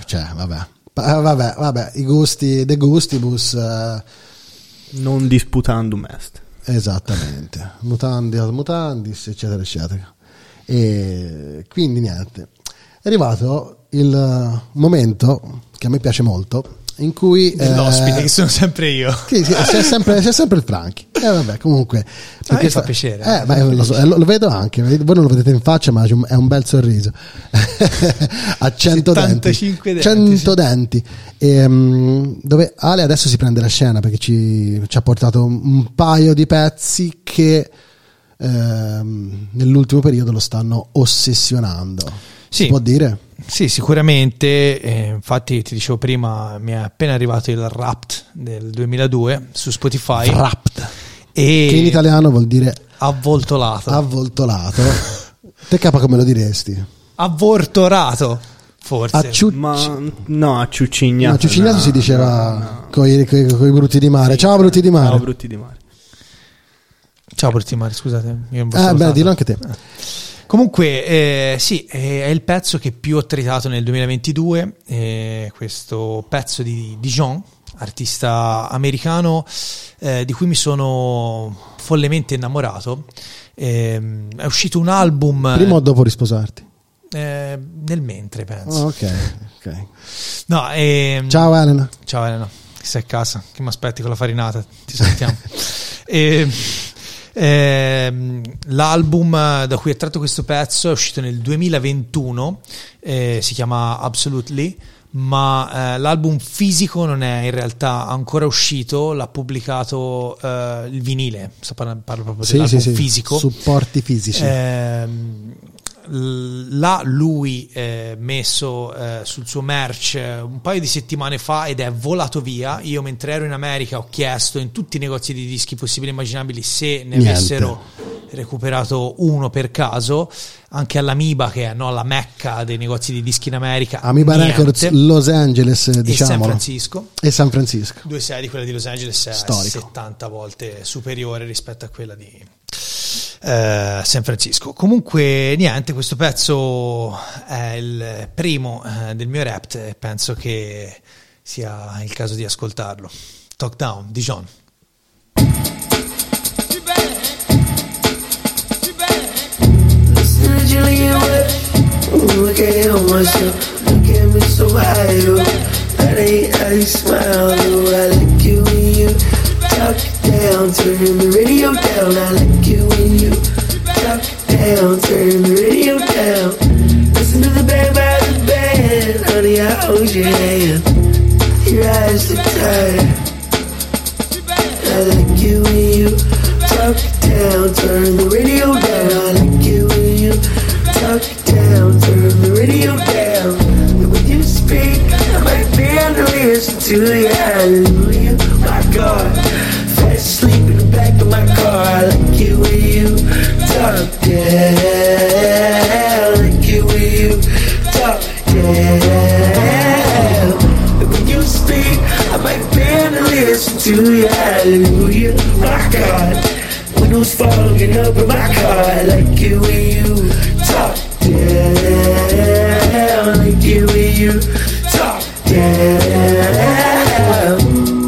Vabbè, i gusti, de gustibus, non disputandum est. Esattamente, mutandis, eccetera, eccetera. E quindi niente, è arrivato il momento che a me piace molto, in cui l'ospite, che sono sempre io. Sì, c'è sempre il Franchi. Vabbè, comunque mi fa piacere. Lo vedo anche, voi non lo vedete in faccia, ma è un bel sorriso. A 100 denti. Dove Ale adesso si prende la scena, perché ci ha portato un paio di pezzi che nell'ultimo periodo lo stanno ossessionando. Si può dire? Sì, sicuramente. Infatti ti dicevo prima, mi è appena arrivato il Wrapped del 2002 su Spotify. Wrapped, che in italiano vuol dire avvoltolato. Te capa come lo diresti? Avvortorato, forse. Acciuccignato. Acciuccignato si diceva coi brutti di mare. Ciao brutti di mare. Ciao brutti di mare, scusate. Dillo anche te. Comunque sì, è il pezzo che più ho tritato nel 2022, questo pezzo di Dijon, artista americano di cui mi sono follemente innamorato. È uscito un album prima o dopo risposarti? Nel mentre, penso. Ok. No, ciao Elena, che sei a casa, che mi aspetti con la farinata, ti salutiamo. L'album da cui è tratto questo pezzo è uscito nel 2021, si chiama Absolutely, ma l'album fisico non è in realtà ancora uscito, l'ha pubblicato il vinile, parlo proprio dell'album fisico, supporti fisici. l'ha lui messo sul suo merch un paio di settimane fa ed è volato via. Io mentre ero in America ho chiesto in tutti i negozi di dischi possibili e immaginabili se ne avessero recuperato uno per caso, anche all'Amiba, che è la mecca dei negozi di dischi in America. Amiba Records Los Angeles, diciamo, San Francisco. E San Francisco. Due sedi, quella di Los Angeles è storico, 70 volte superiore rispetto a quella di San Francisco. Comunque niente, questo pezzo è il primo del mio rap e penso che sia il caso di ascoltarlo. Talk Down di John. Julian, look at on myself, look at me so high, yo. That ain't how you smile, oh, I like you when you talk down, turn the radio down. I like you when you talk down, turn the radio down. Listen to the band by the band, honey, I hold your hand. Your eyes look tired. I like you when you talk down, turn the radio down. I like you when you talk down, turn the radio down. And when you speak, I might be able to listen to you. Hallelujah, my God. Fast asleep in the back of my car. I like you when you talk down. I like you when you talk down. And when you speak, I might be able to listen to you. Hallelujah, my God. Windows fogging up in my car. I like you when you talk down. I like you when you talk down.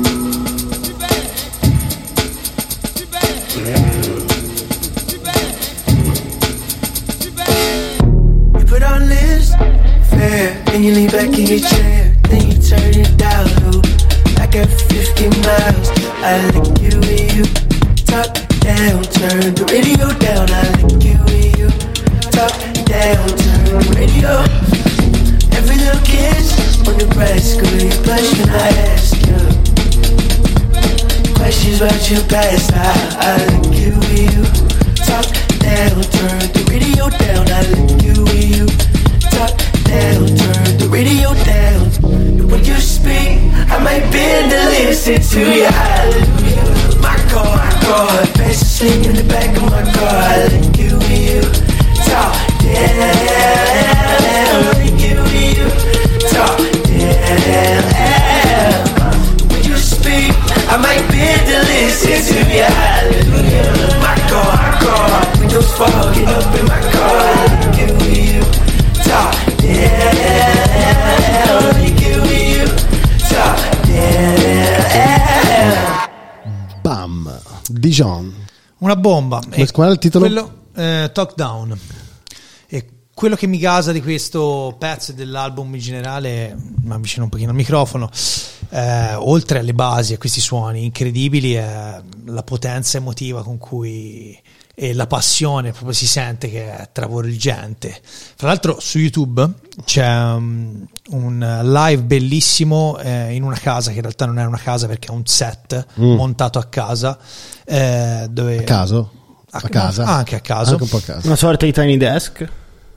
You put on this fair, and you lean back in your chair, then you turn it down low. I got 50 miles. I like you when you talk down, turn the radio down. I like you when you talk down, turn the radio. Every little kiss on the bicycle, you blush when I ask you questions about your past. I like you when you talk down, turn the radio down. I like you when you talk down, turn the radio down. And when you speak, I might bend to listen to you. Hallelujah, my God, fast asleep in the back of my car. I like you when you talk down. I like you when you talk down. When you speak, I might bend to listen to you. Hallelujah, my God, windows fogging up in my car. I like you when you talk down. I like you when you talk down. Bam, Dijon. Una bomba. Qual è il titolo? Quello, Talk Down. E quello che mi gasa di questo pezzo dell'album in generale, mi avvicino un pochino al microfono, oltre alle basi e questi suoni incredibili, è la potenza emotiva con cui e la passione proprio si sente, che è travolgente. Fra l'altro su YouTube c'è un live bellissimo in una casa, che in realtà non è una casa perché è un set montato a casa, dove a caso? A casa? No, anche a caso. Anche un po' a caso. Una sorta di Tiny Desk?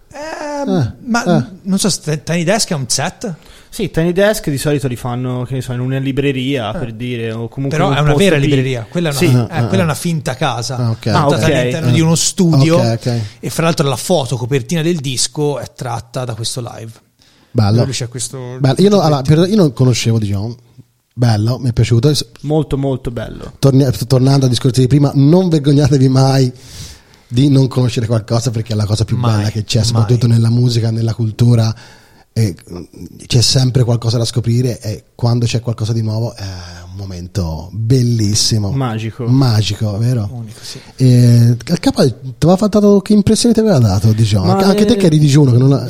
Ma non so se Tiny Desk è un set. Sì, Tiny Desk di solito li fanno, che ne so, in una libreria, per dire, o comunque però è una vera libreria, quella è una, quella è una finta casa all'interno di uno studio, e fra l'altro la foto copertina del disco è tratta da questo live. Bello. C'è questo io non conoscevo Dijon. Bello, mi è piaciuto, molto molto bello. Tornando al discorso di prima, non vergognatevi mai di non conoscere qualcosa, perché è la cosa più bella che c'è, soprattutto nella musica, nella cultura. E c'è sempre qualcosa da scoprire, e quando c'è qualcosa di nuovo è un momento bellissimo, magico, vero? Unico, sì. E al capo ti aveva fatto, che impressione ti aveva dato Dijon? Anche te che eri digiuno, che non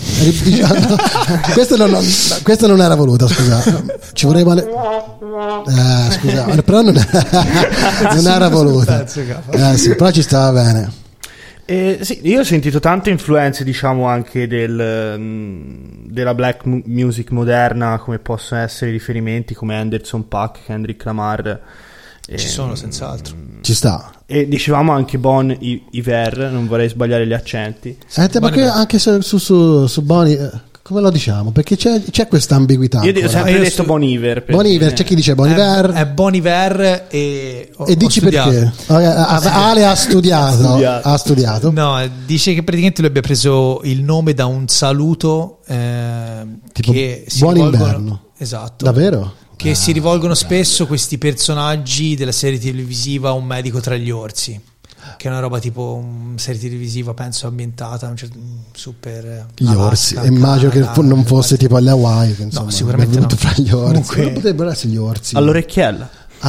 questo non era voluto, scusa, ci voleva scusa, però non era voluto, sì, però ci stava bene. Sì, io ho sentito tante influenze, diciamo, anche della black music moderna, come possono essere riferimenti come Anderson .Paak, Kendrick Lamar. Ci sono senz'altro. Ci sta. E dicevamo anche Bon Iver, non vorrei sbagliare gli accenti. Ma anche su Bon, come lo diciamo? Perché c'è questa ambiguità. Io ho sempre detto Bon Iver. Bon Iver, c'è chi dice Bon Iver. È Bon Iver e dici perché? Ale ha studiato. No, dice che praticamente lui abbia preso il nome da un saluto tipo che si Buon rivolgono, inverno. Esatto. Davvero? Che si rivolgono spesso questi personaggi della serie televisiva Un medico tra gli orsi, che è una roba tipo una serie televisiva penso ambientata super gli orsi. Immagino che non fosse tipo alle Hawaii, che, insomma, no, sicuramente no. Fra gli orsi. Comunque, non potrebbero essere gli orsi all'orecchiella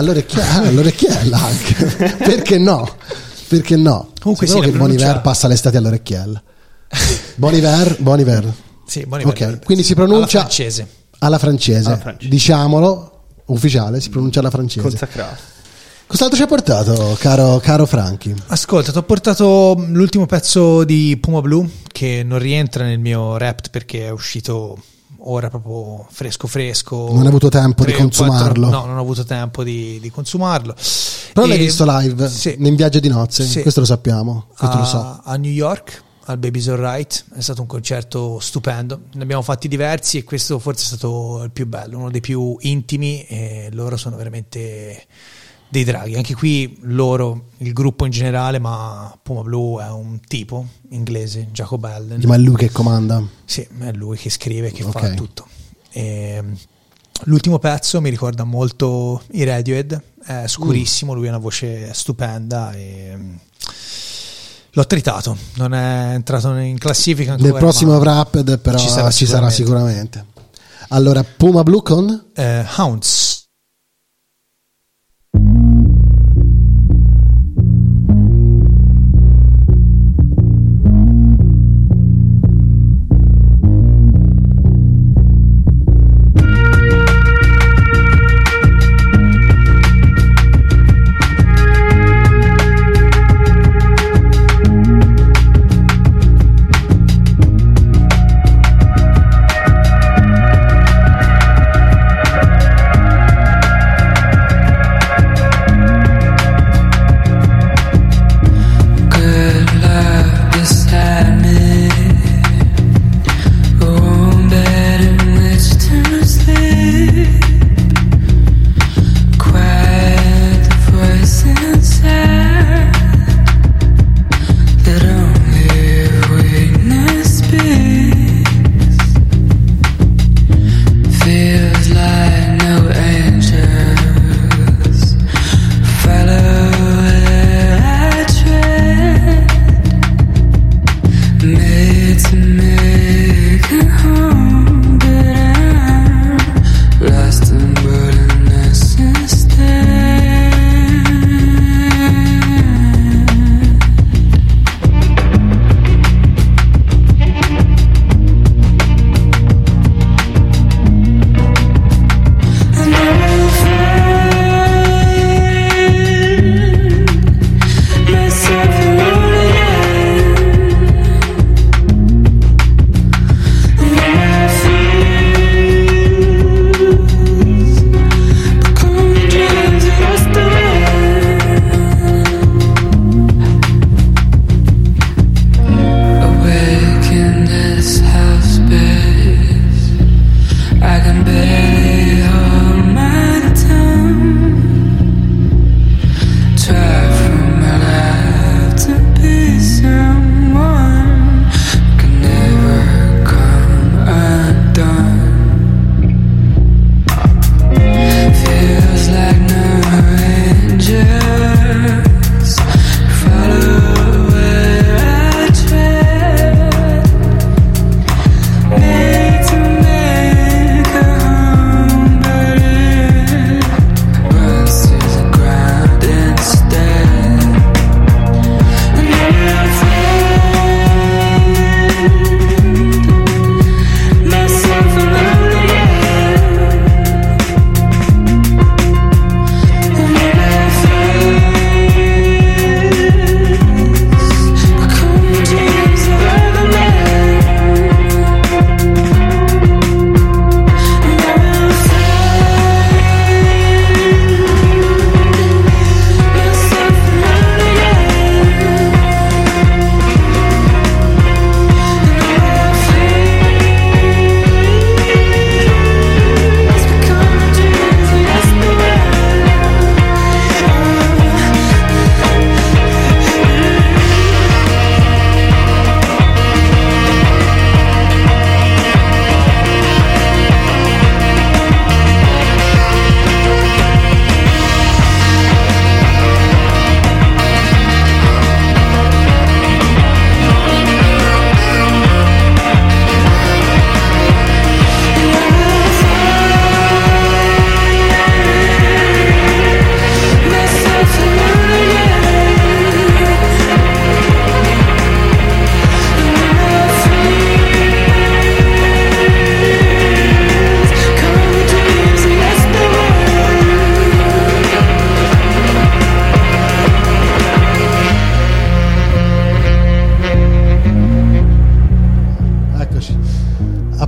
anche. Perché no? Comunque sì, che Bon Iver passa l'estate all'orecchiella. Bon Iver. Sì, Bon Iver. Ok, quindi si pronuncia alla francese. Diciamolo, ufficiale, si pronuncia alla francese. Consacrato. Cos'altro ci ha portato, caro Franchi? Ascolta, ti ho portato l'ultimo pezzo di Puma Blue, che non rientra nel mio rap perché è uscito ora proprio fresco. Non hai avuto tempo di consumarlo? No, non ho avuto tempo di consumarlo. Però l'hai visto live, sì, in viaggio di nozze, sì, questo lo sappiamo, questo lo so. A New York, al Baby's Alright, è stato un concerto stupendo, ne abbiamo fatti diversi e questo forse è stato il più bello, uno dei più intimi, e loro sono veramente dei draghi. Anche qui loro, il gruppo in generale, ma Puma Blue è un tipo inglese, Jacob Allen. Ma è lui che comanda? Sì, è lui che scrive, che fa tutto. E l'ultimo pezzo mi ricorda molto i Radiohead, è scurissimo, lui ha una voce stupenda e l'ho tritato, non è entrato in classifica ancora. Nel prossimo Wrapped però ci sarà sicuramente. Allora, Puma Blue con? Hounds.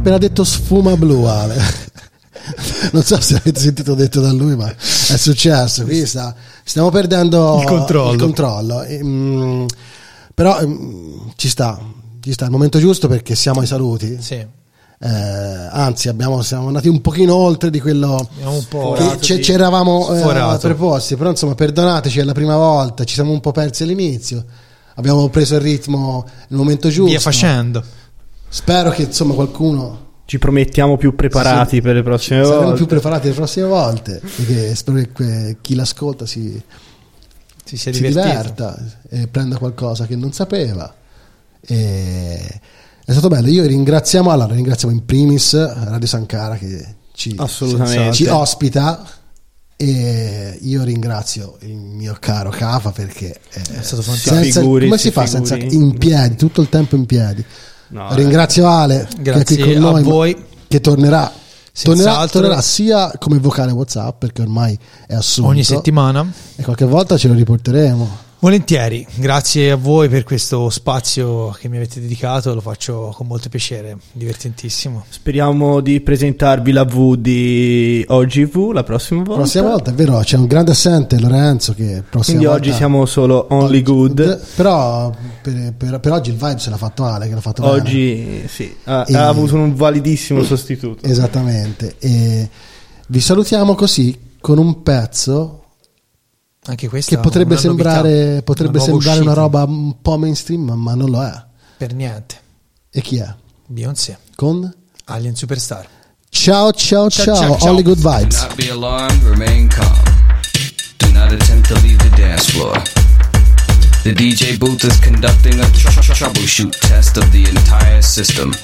appena detto sfuma blu, Ale. Non so se avete sentito detto da lui, ma è successo. Qui stiamo perdendo il controllo. Però ci sta il momento giusto, perché siamo ai saluti. Sì. Anzi, siamo andati un pochino oltre di quello che ci eravamo preposti, però insomma perdonateci, è la prima volta, ci siamo un po' persi all'inizio, abbiamo preso il ritmo nel momento giusto, via facendo. Spero che insomma qualcuno, ci promettiamo più preparati per le prossime volte. Saremo più preparati le prossime volte, perché spero che chi l'ascolta si diverta e prenda qualcosa che non sapeva. È stato bello. Ringraziamo in primis Radio Sankara che ci ospita, e io ringrazio il mio caro Cafa, perché è stato fantastico. Come si fa senza in piedi, tutto il tempo in piedi? Ringrazio Ale, grazie che è qui con noi, a voi, che tornerà sia come vocale WhatsApp, perché ormai è assunto ogni settimana, e qualche volta ce lo riporteremo. Volentieri, grazie a voi per questo spazio che mi avete dedicato, lo faccio con molto piacere, divertentissimo. Speriamo di presentarvi la V di OGV la prossima volta. È vero, c'è un grande assente, Lorenzo, che quindi oggi siamo solo Only Good. Però per oggi il vibe se l'ha fatto Ale, che l'ha fatto oggi sì, ha avuto un validissimo sostituto. Esattamente, e vi salutiamo così con un pezzo anche questa che potrebbe sembrare una roba un po' mainstream, ma non lo è per niente. E chi è? Beyoncé con Alien Superstar. Ciao. Only good vibes. Do not be alarmed, remain calm. Do not attempt to leave the dance floor. The DJ booth is conducting a troubleshoot test of the entire system.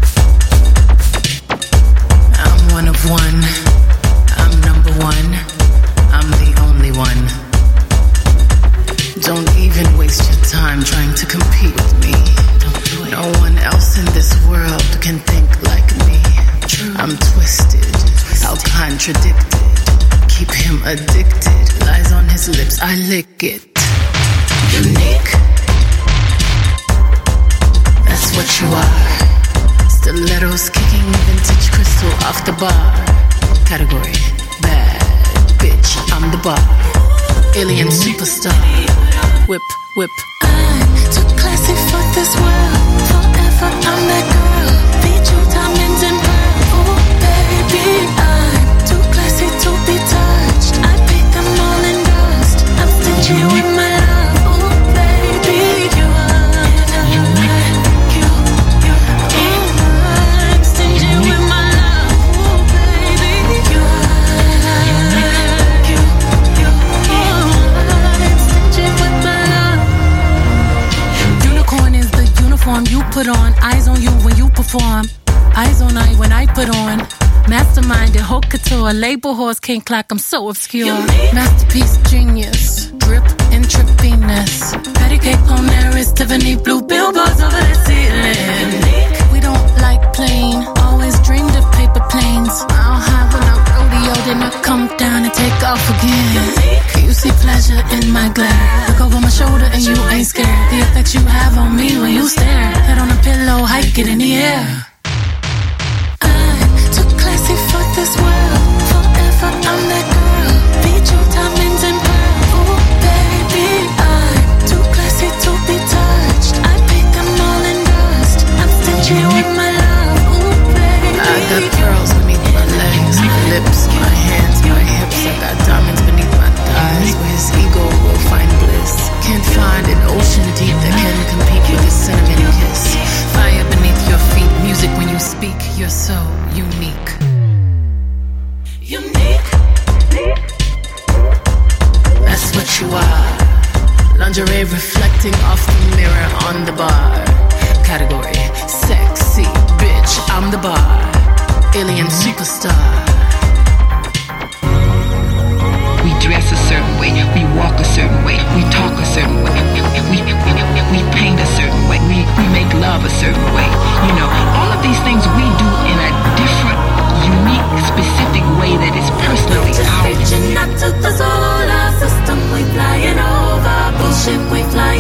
I'm one of one. I'm number one. I'm the only one. Don't even waste your time trying to compete with me. Don't do it. No one else in this world can think like me. True. I'm twisted, how contradicted. Keep him addicted. Lies on his lips, I lick it. Unique. That's what you are. Stilettos kicking vintage crystal off the bar. Category, bad bitch, I'm the bar. Alien superstar. Whip, whip. I'm too classy for this world. Forever I'm that girl. Beat you diamonds and pearls. Oh baby, I'm too classy to be touched. I beat them all in dust. I'm stingy with my love. Oh baby, you are. I'm stingy with my love. Oh baby, you are. You put on, eyes on you when you perform, eyes on I when I put on. Masterminded, haute couture, label horse, king clock, I'm so obscure. Masterpiece, genius, drip and trippiness. Patty cake on there is Tiffany blue billboards over the ceiling. We don't like plain, always dreamed of paper planes. Mile high when I rodeo, then I come down and take off again. You see pleasure in my glare. Look over my shoulder and you ain't scared. The effect you have on me when you stare. Head on a pillow, hike it in the air. I'm too classy for this world. Forever I'm that girl. Beat you diamonds and pearls. Oh baby, I'm too classy to be touched. I beat them all in dust. I'm stingy with my love. Oh baby, I got pearls beneath my legs, my lips, my hands, my hips. I got diamonds beneath my thighs, where his ego will find bliss. Can't find an ocean deep that can compete with a cinnamon kiss. Fire beneath your feet, music when you speak. You're so unique. unique. That's what you are. Lingerie reflecting off the mirror on the bar. Category, sexy bitch, I'm the bar. Alien superstar. We dress a certain way, we walk a certain way, we talk a certain way, we paint a certain way, we make love a certain way. You know, all of these things we do in a different, unique, specific way that is personally ours. Reaching out to the solar system, we flying over bullshit, we flying